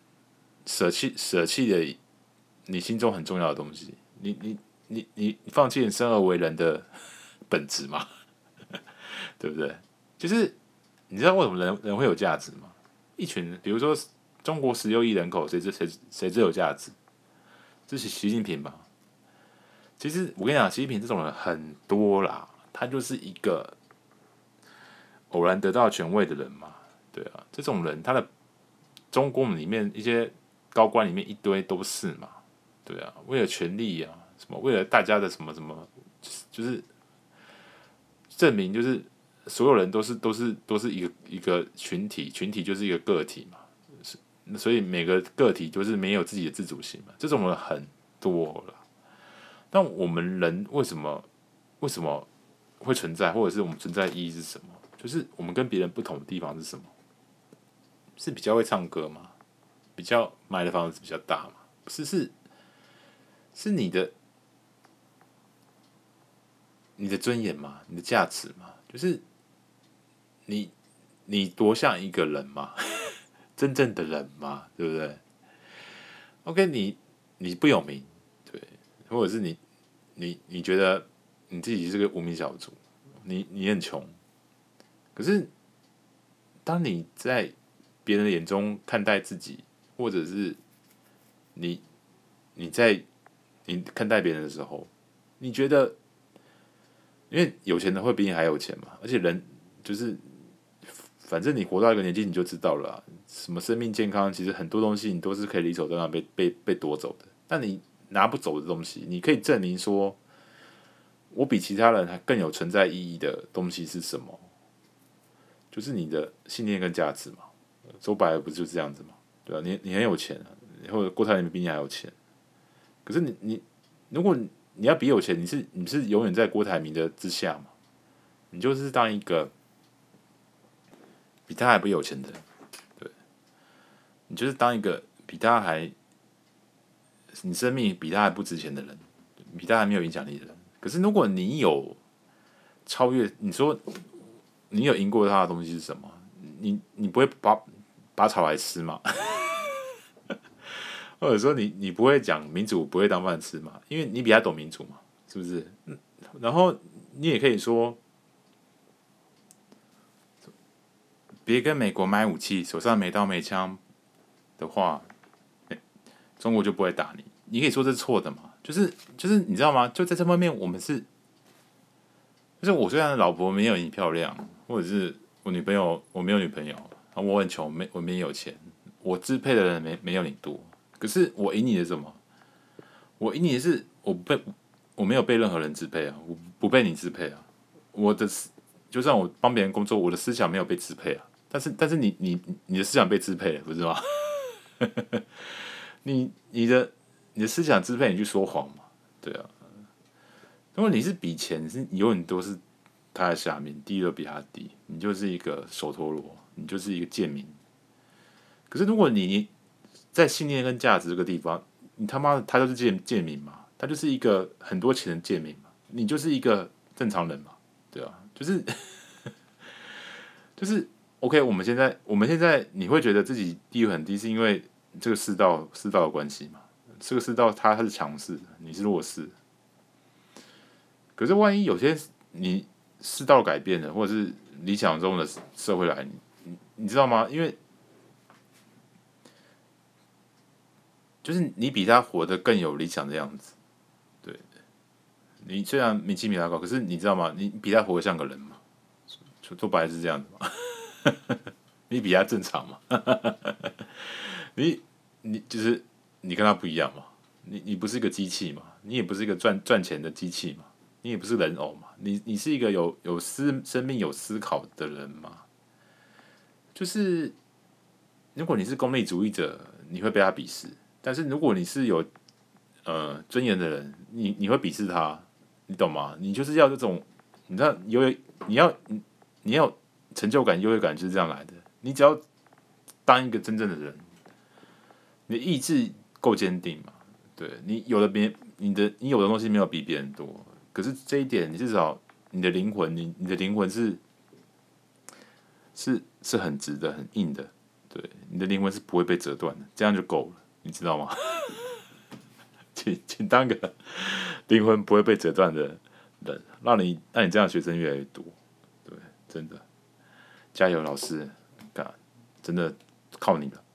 舍弃了你心中很重要的东西？你放弃了生而为人的本质嘛？对不对？就是你知道为什么人会有价值吗？一群人，比如说中国16亿人口，谁最有价值？这是习近平吧？其实我跟你讲，习近平这种人很多啦，他就是一个偶然得到权位的人嘛。对啊，这种人他的中共里面一些高官里面一堆都是嘛。对啊，为了权力啊，什么为了大家的什么什么，就是证明就是所有人都是一个群体，群体就是一个个体嘛。所以每个个体就是没有自己的自主性嘛。这种人很多了。但我们人为什么会存在，或者是我们存在的意义是什么？就是我们跟别人不同的地方是什么？是比较会唱歌吗？比较买的房子比较大吗？不是，是你的尊严嘛，你的价值嘛，就是你你多像一个人嘛，真正的人嘛，对不对？OK，你不有名，对，或者是你觉得你自己是个无名小卒，你很穷，可是当你在别人的眼中看待自己，或者是你你看待别人的时候，你觉得，因为有钱的会比你还有钱嘛，而且人就是反正你活到一个年纪你就知道了啊，什么生命健康，其实很多东西你都是可以理所当然被夺走的。但你拿不走的东西，你可以证明说，我比其他人还更有存在意义的东西是什么？就是你的信念跟价值嘛。说白了不是就是这样子嘛？对啊，你很有钱啊，或者郭台铭比你还有钱，可是如果你要比有钱，你是永远在郭台铭的之下嘛？你就是当一个比他还不有钱的人，对，你就是当一个你生命比他还不值钱的人，比他还没有影响力的人。可是如果你有超越，你说你有赢过他的东西是什么？你不会拔草来吃嘛？或者说你不会讲民主不会当饭吃嘛？因为你比他懂民主嘛，是不是？然后你也可以说，别跟美国买武器，手上没刀没枪的话，中国就不会打你。你可以说这是错的嘛？就是你知道吗？就在这方面，就是我虽然老婆没有你漂亮，或者是我女朋友我没有女朋友，我很穷，我没有钱，我支配的人没有你多。可是我赢你的是什么？我赢你的是我没有被任何人支配啊，我不被你支配啊。就算我帮别人工作，我的思想没有被支配啊。但是你的思想被支配了，不是吗？你的思想支配你去说谎嘛？对啊， 如果你是比钱，是永远都是他在下面，地位都比他低，你就是一个手陀螺，你就是一个贱民。可是如果你在信念跟价值这个地方，你他妈的他就是贱民嘛，他就是一个很多钱的贱民嘛，你就是一个正常人嘛，对啊，就是 OK。我们现在你会觉得自己地位很低，是因为这个世道的关系嘛？这个世道它是强势的，你是弱势。可是万一有些你世道改变了，或者是理想中的社会来，你知道吗？因为就是你比他活得更有理想的样子。对，你虽然名气比他高，可是你知道吗？你比他活得像个人嘛？说白了是这样子嘛？你比他正常嘛？你就是你跟他不一样嘛？你不是一个机器嘛？你也不是一个赚钱的机器嘛？你也不是人偶嘛？你是一个有生命有思考的人嘛？就是如果你是功利主义者，你会被他鄙视；但是如果你是有尊严的人，你会鄙视他，你懂吗？你就是要这种，你知道你要成就感、优越感就是这样来的。你只要当一个真正的人，你的意志够坚定嘛？对你有的你有的东西没有比别人多，可是这一点你至少你的灵魂，你的灵魂是很直的、很硬的，对，你的灵魂是不会被折断的，这样就够了，你知道吗？请当个灵魂不会被折断的人，让你这样的学生越来越多，对，真的加油，老师，干，真的靠你了。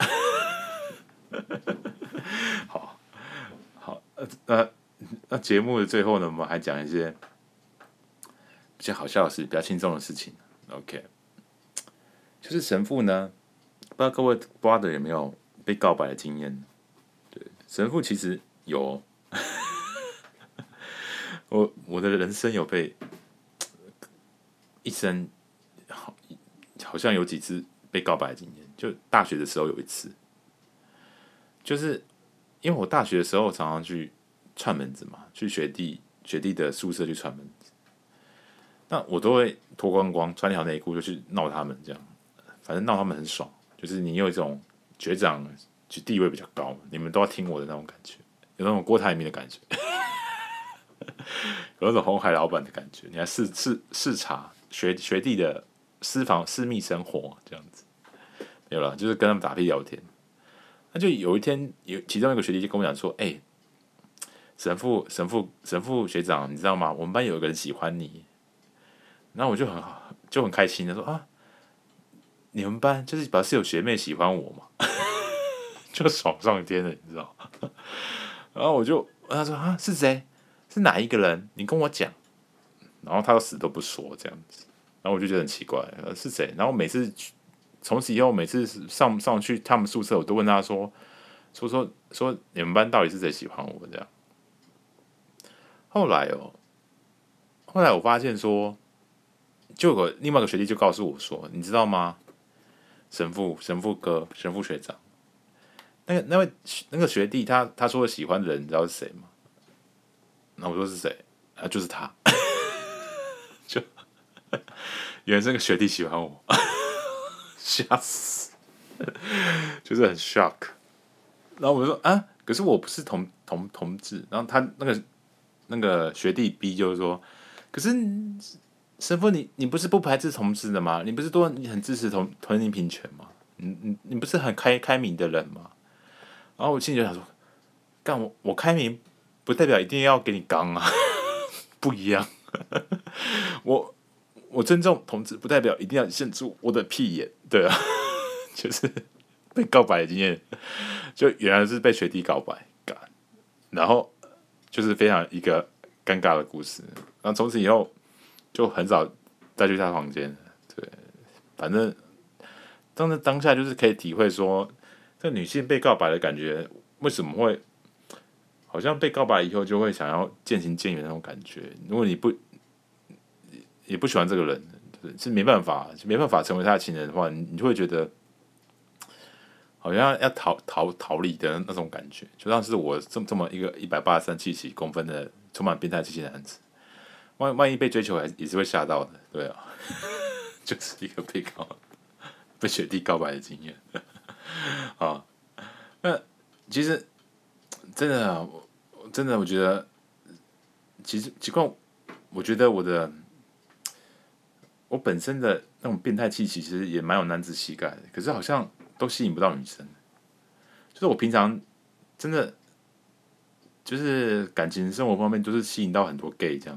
好，好，那节目的最后呢，我们还讲一些比较好笑的事，比较轻松的事情。OK，就是神父呢，不知道各位 brother 有没有被告白的经验？对，神父其实有，我的人生有被一生好像有几次被告白的经验，就大学的时候有一次，就是因为我大学的时候常常去串门子嘛，去学弟的宿舍去串门子，那我都会脱光光，穿条内裤就去闹他们，这样，反正闹他们很爽，就是你有一种学长就地位比较高，你们都要听我的那种感觉，有那种郭台铭的感觉，有那种红海老板的感觉，你还视察学弟的私密生活这样子，没有了，就是跟他们打屁聊天。那就有一天，其中一个学弟就跟我讲说：“哎、神父学长，你知道吗？我们班有一个人喜欢你。”然后我就很开心的说：“啊，你们班就是表示有学妹喜欢我嘛？”就爽上天了，你知道吗？然后他说：“啊，是谁？是哪一个人？你跟我讲。”然后他死都不说这样子，然后我就觉得很奇怪，是谁？然后从此以后，每次上去他们宿舍，我都问他说你们班到底是谁喜欢我这样？后来我发现说，就有另外一个学弟就告诉我说，你知道吗？神父哥，神父学长，那个学弟他说喜欢的人，你知道是谁吗？那我说是谁？啊，就是他，就原来是那个学弟喜欢我，吓死，就是很 shock。然后我就说啊，可是我不是同志。然后他那个学弟 B 就是说，可是神父你不是不排斥同志的吗？你不是都很支持同性平权吗？你不是很开明的人吗？然后我心里就想说，干我开明不代表一定要给你刚啊，不一样。我尊重同志，不代表一定要献出我的屁眼，对啊，就是被告白的经验，就原来是被学弟告白，然后就是非常一个尴尬的故事。然后从此以后就很少再去他房间了，对，反正当下就是可以体会说，这女性被告白的感觉为什么会好像被告白以后就会想要渐行渐远那种感觉。如果你也不喜欢这个人，是没办法成为他的情人的话，你就会觉得好像要逃离的那种感觉，就像是我这么一个183、170公分的充满变态气息的男子， 万一被追求也是会吓到的，对啊，就是一个被学弟告白的经验啊。那其实真的啊，真的我觉得，其实情况，我觉得我本身的那种变态气息，其实也蛮有男子气概的，可是好像都吸引不到女生。就是我平常真的就是感情生活方面，就是吸引到很多 gay 这样，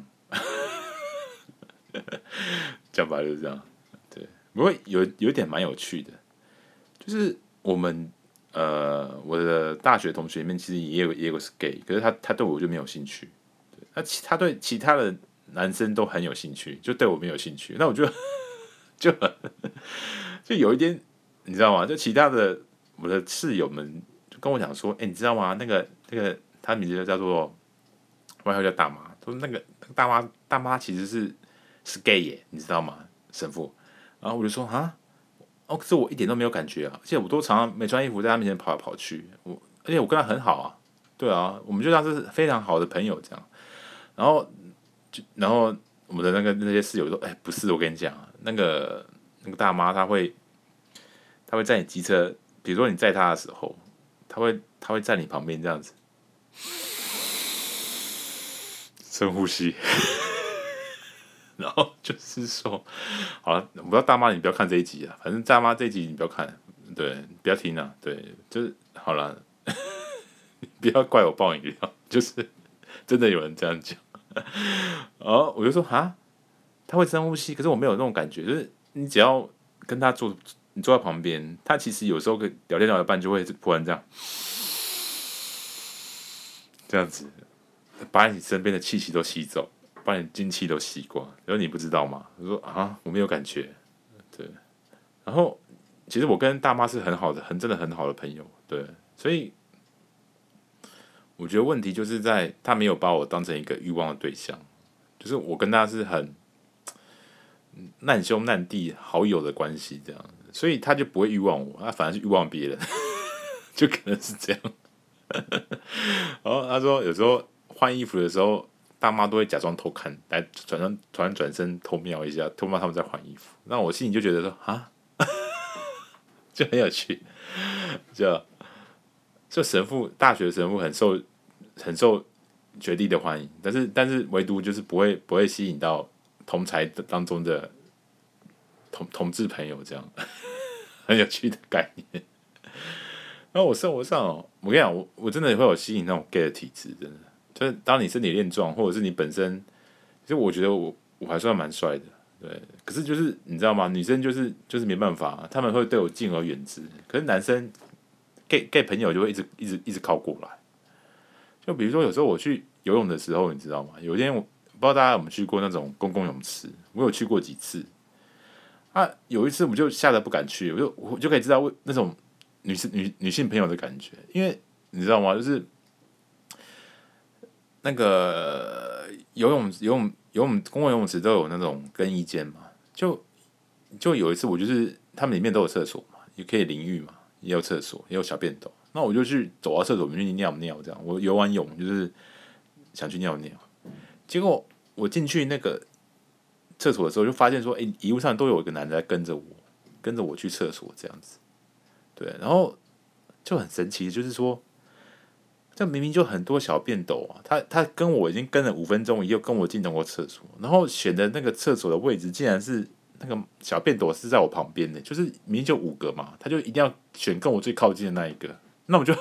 讲白了就是这样。对，不过有一点蛮有趣的，就是我的大学同学里面其实也有个是 gay，可是他对我就没有兴趣，他对其他的男生都很有兴趣，就对我没有兴趣。那我就就就有一点，你知道吗？就其他的我的室友们就跟我讲说，你知道吗？那个他名字就叫做外号叫大妈，说那个大妈其实是 gay 耶，你知道吗？神父。然后我就说啊。可是我一点都没有感觉啊，而且我都常常没穿衣服在他面前跑来跑去，而且我跟他很好啊，对啊，我们就像是非常好的朋友这样。然后我们的那些室友说，不是，我跟你讲啊，那个大妈她会在你机车，比如说你载她的时候，她会在你旁边这样子深呼吸，然后就是说，好了，我不知道大妈你不要看这一集啊，反正大妈这一集你不要看，对，不要听啊，对，就是好了，不要怪我爆饮料，就是真的有人这样讲，然后我就说啊，他会深呼吸，可是我没有那种感觉，就是你只要跟他你坐在旁边，他其实有时候聊天聊一半就会突然这样子，把你身边的气息都吸走，把你精气都吸光，然后你不知道吗？我说啊，我没有感觉，对。然后其实我跟大妈是很好的，真的很好的朋友，对。所以我觉得问题就是在他没有把我当成一个欲望的对象，就是我跟他是很难兄难弟好友的关系这样，所以他就不会欲望我，他反而是欲望别人，就可能是这样。然后他说有时候换衣服的时候，大妈都会假装偷看，来转身偷瞄一下，偷瞄他们在换衣服。那我心里就觉得说啊，就很有趣，就大学神父很受学弟的欢迎，但是唯独就是不会吸引到同才当中的同志朋友这样，很有趣的概念。然后我生活上我跟你讲，我真的会有吸引那种 gay 的体质，真的。就是当你身体练壮，或者是你本身，其实我觉得我还算蛮帅的，对。可是就是你知道吗？女生就是没办法，他们会对我敬而远之。可是男生 gay 朋友就会一直靠过来。就比如说有时候我去游泳的时候，你知道吗？有一天我不知道大家有没有去过那种公共泳池，我有去过几次。有一次我就吓得不敢去，我就可以知道那种女性朋友的感觉，因为你知道吗？就是那个公共游泳池都有那种更衣间嘛，就有一次我就是他们里面都有厕所嘛，也可以淋浴嘛，也有厕所，也有小便斗。那我就去走到厕所里面去尿尿，这样我游完泳就是想去尿尿，结果我进去那个厕所的时候就发现说，一路上都有一个男的在跟着我去厕所这样子，对，然后就很神奇，就是说。这明明就很多小便斗啊，他跟我已经跟了5分钟，也有跟我进同过厕所，然后选的那个厕所的位置竟然是那个小便斗是在我旁边的，就是明明就5个嘛，他就一定要选跟我最靠近的那一个，那我就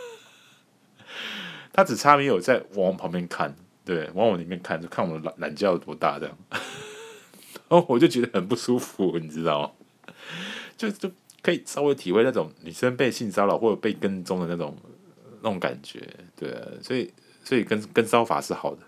他只差没有在往我旁边看，对，往我里面看，就看我的懒觉有多大这样，然后我就觉得很不舒服，你知道吗？就可以稍微体会那种女生被性骚扰或者被跟踪的那种感觉，对啊，所以跟骚法是好的。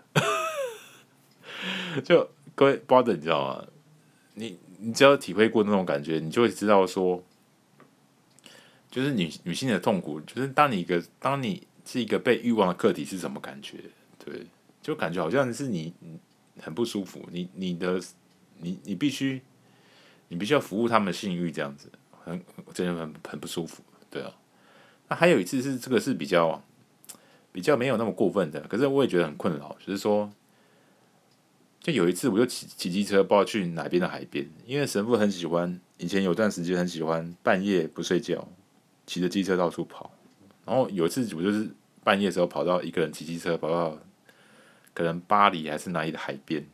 就各位包的，你知道吗？你只要体会过那种感觉，你就会知道说，就是女性的痛苦，就是当你是一个被欲望的客体是什么感觉？对，就感觉好像是你很不舒服，你必须要服务他们的性欲这样子，真的很不舒服，对啊。那还有一次是这个是比较没有那么过分的，可是我也觉得很困扰，就是说就有一次我就骑机车，不知道去哪边的海边，因为神父很喜欢，以前有段时间很喜欢半夜不睡觉，骑着机车到处跑。然后有一次我就是半夜的时候跑到一个人骑机车跑到可能巴黎还是哪里的海边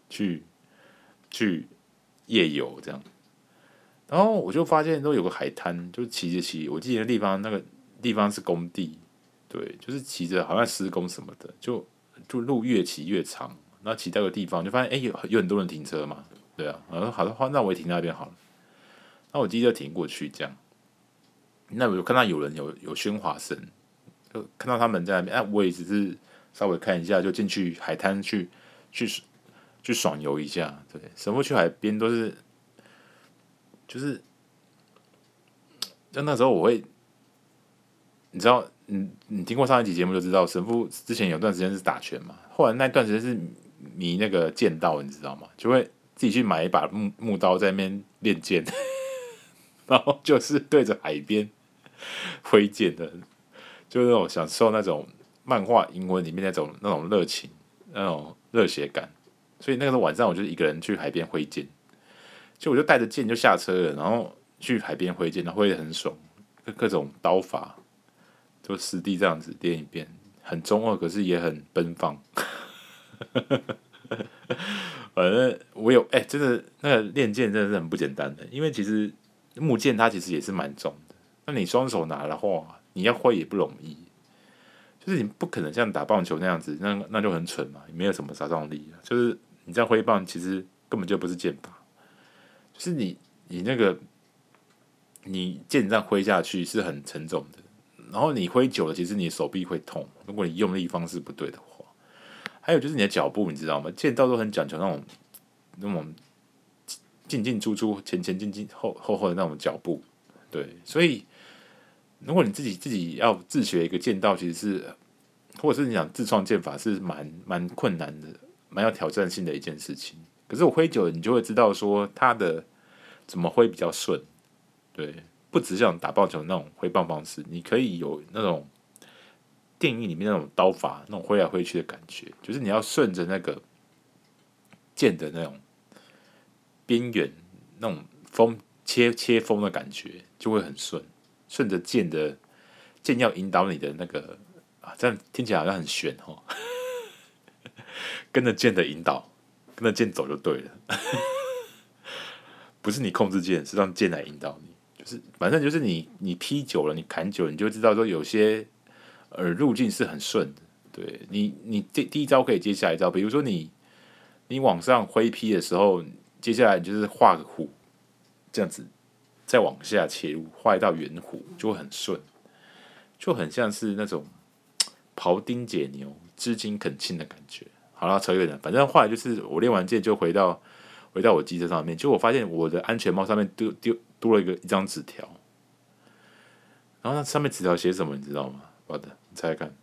去夜游这样。然后我就发现都有个海滩，就骑着骑，我记得那个地方是工地，对，就是骑着好像施工什么的，就路越骑越长，然后骑到个地方就发现有很多人停车嘛，对啊，然后好的那我也停那边好了，那我机车停过去这样，那我就看到有人有喧哗声，就看到他们在那边，我也只是稍微看一下就进去海滩去爽游一下，对，神父去海边都是就是就那时候我会，你知道，你听过上一集节目就知道，神父之前有段时间是打拳嘛，后来那段时间是迷那个剑道，你知道吗？就会自己去买一把木刀在那边练剑，然后就是对着海边挥剑的，就是那种享受那种漫画英文里面那种热情、那种热血感。所以那个时候晚上我就一个人去海边挥剑，我就带着剑就下车了，然后去海边挥剑，然后挥得很爽，各种刀法就实地这样子练一遍，很中二，可是也很奔放。反正我有真的那个练剑真的是很不简单的，因为其实木剑它其实也是蛮重的，那你双手拿的话，你要挥也不容易，就是你不可能像打棒球那样子，那就很蠢嘛，没有什么杀伤力，就是你这样挥棒其实根本就不是剑法，就是你那个你剑这样挥下去是很沉重的，然后你挥久了，其实你手臂会痛，如果你用力方式不对的话。还有就是你的脚步，你知道吗？剑道都很讲究那种进进出出、前前进进、后的那种脚步，对。所以如果你自己要自学一个剑道，其实是或者是你想自创剑法，是蛮困难的，蛮有挑战性的一件事情。可是我挥久了，你就会知道说它的怎么挥比较顺，对。不只像打棒球那种挥棒方式，你可以有那种电影里面那种刀法，那种挥来挥去的感觉，就是你要顺着那个剑的那种边缘，那种切锋的感觉，就会很顺。顺着剑要引导你的那个这样听起来好像很玄哦。跟着剑的引导，跟着剑走就对了。不是你控制剑，是让剑来引导你。就是反正就是你劈久了，你砍久了，你就知道说有些路径是很顺的。对你第一招可以接下一招，比如说你往上挥劈的时候，接下来你就是画个弧，这样子再往下切入，画一道圆弧就会很顺，就很像是那种庖丁解牛、织金恳磬的感觉。好了，扯远了，反正后来就是我练完剑就回到我机车上面，结果我发现我的安全帽上面多了一张纸条，然后那上面纸条写什么，你知道吗？好的，你猜猜看。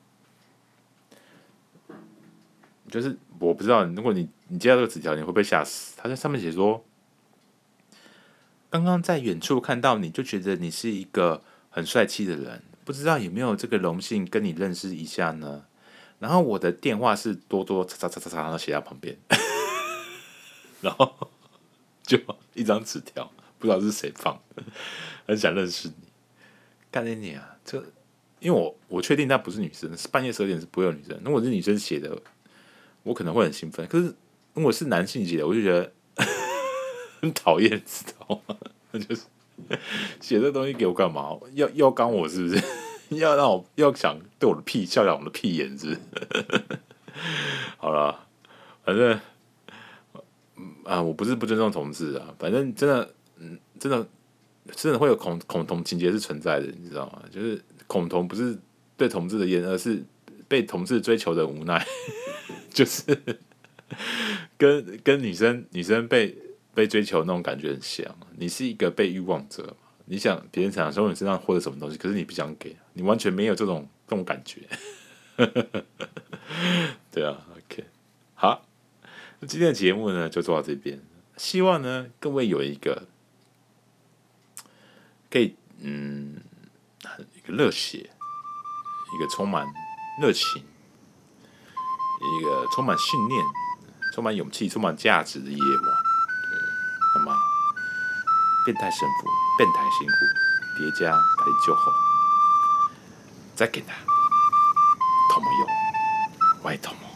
就是我不知道，如果你接到这个纸条，你会不会吓死？他在上面写说，刚刚在远处看到你就觉得你是一个很帅气的人，不知道有没有这个荣幸跟你认识一下呢？然后我的电话是多多叉叉叉叉叉，然后写在旁边，然后就一张纸条，不知道是谁放的，很想认识你。干你啊！因为我确定她不是女生，是半夜12点是不会有女生。如果是女生写的，我可能会很兴奋。可是如果是男性写的，我就觉得很讨厌，知道吗？就是写这东西给我干嘛？要刚我是不是？要让我想对我的屁笑我的屁眼是不是？好了，反正我不是不尊重同志啊，反正真的会有恐同情节是存在的，你知道吗？就是恐同不是对同志的厌恶，而是被同志追求的无奈，就是跟女生被追求那种感觉很像。你是一个被欲望者嘛，你想别人想从你身上获得什么东西，可是你不想给，你完全没有这种感觉。对啊 ，OK， 好，那今天的节目呢就做到这边，希望呢各位有一个可以一个热血，一个充满热情，一个充满信念， 充满勇气、充满价值的夜晚。那么，变态神父、变态神父叠加把你救后，再给他头毛用歪头毛。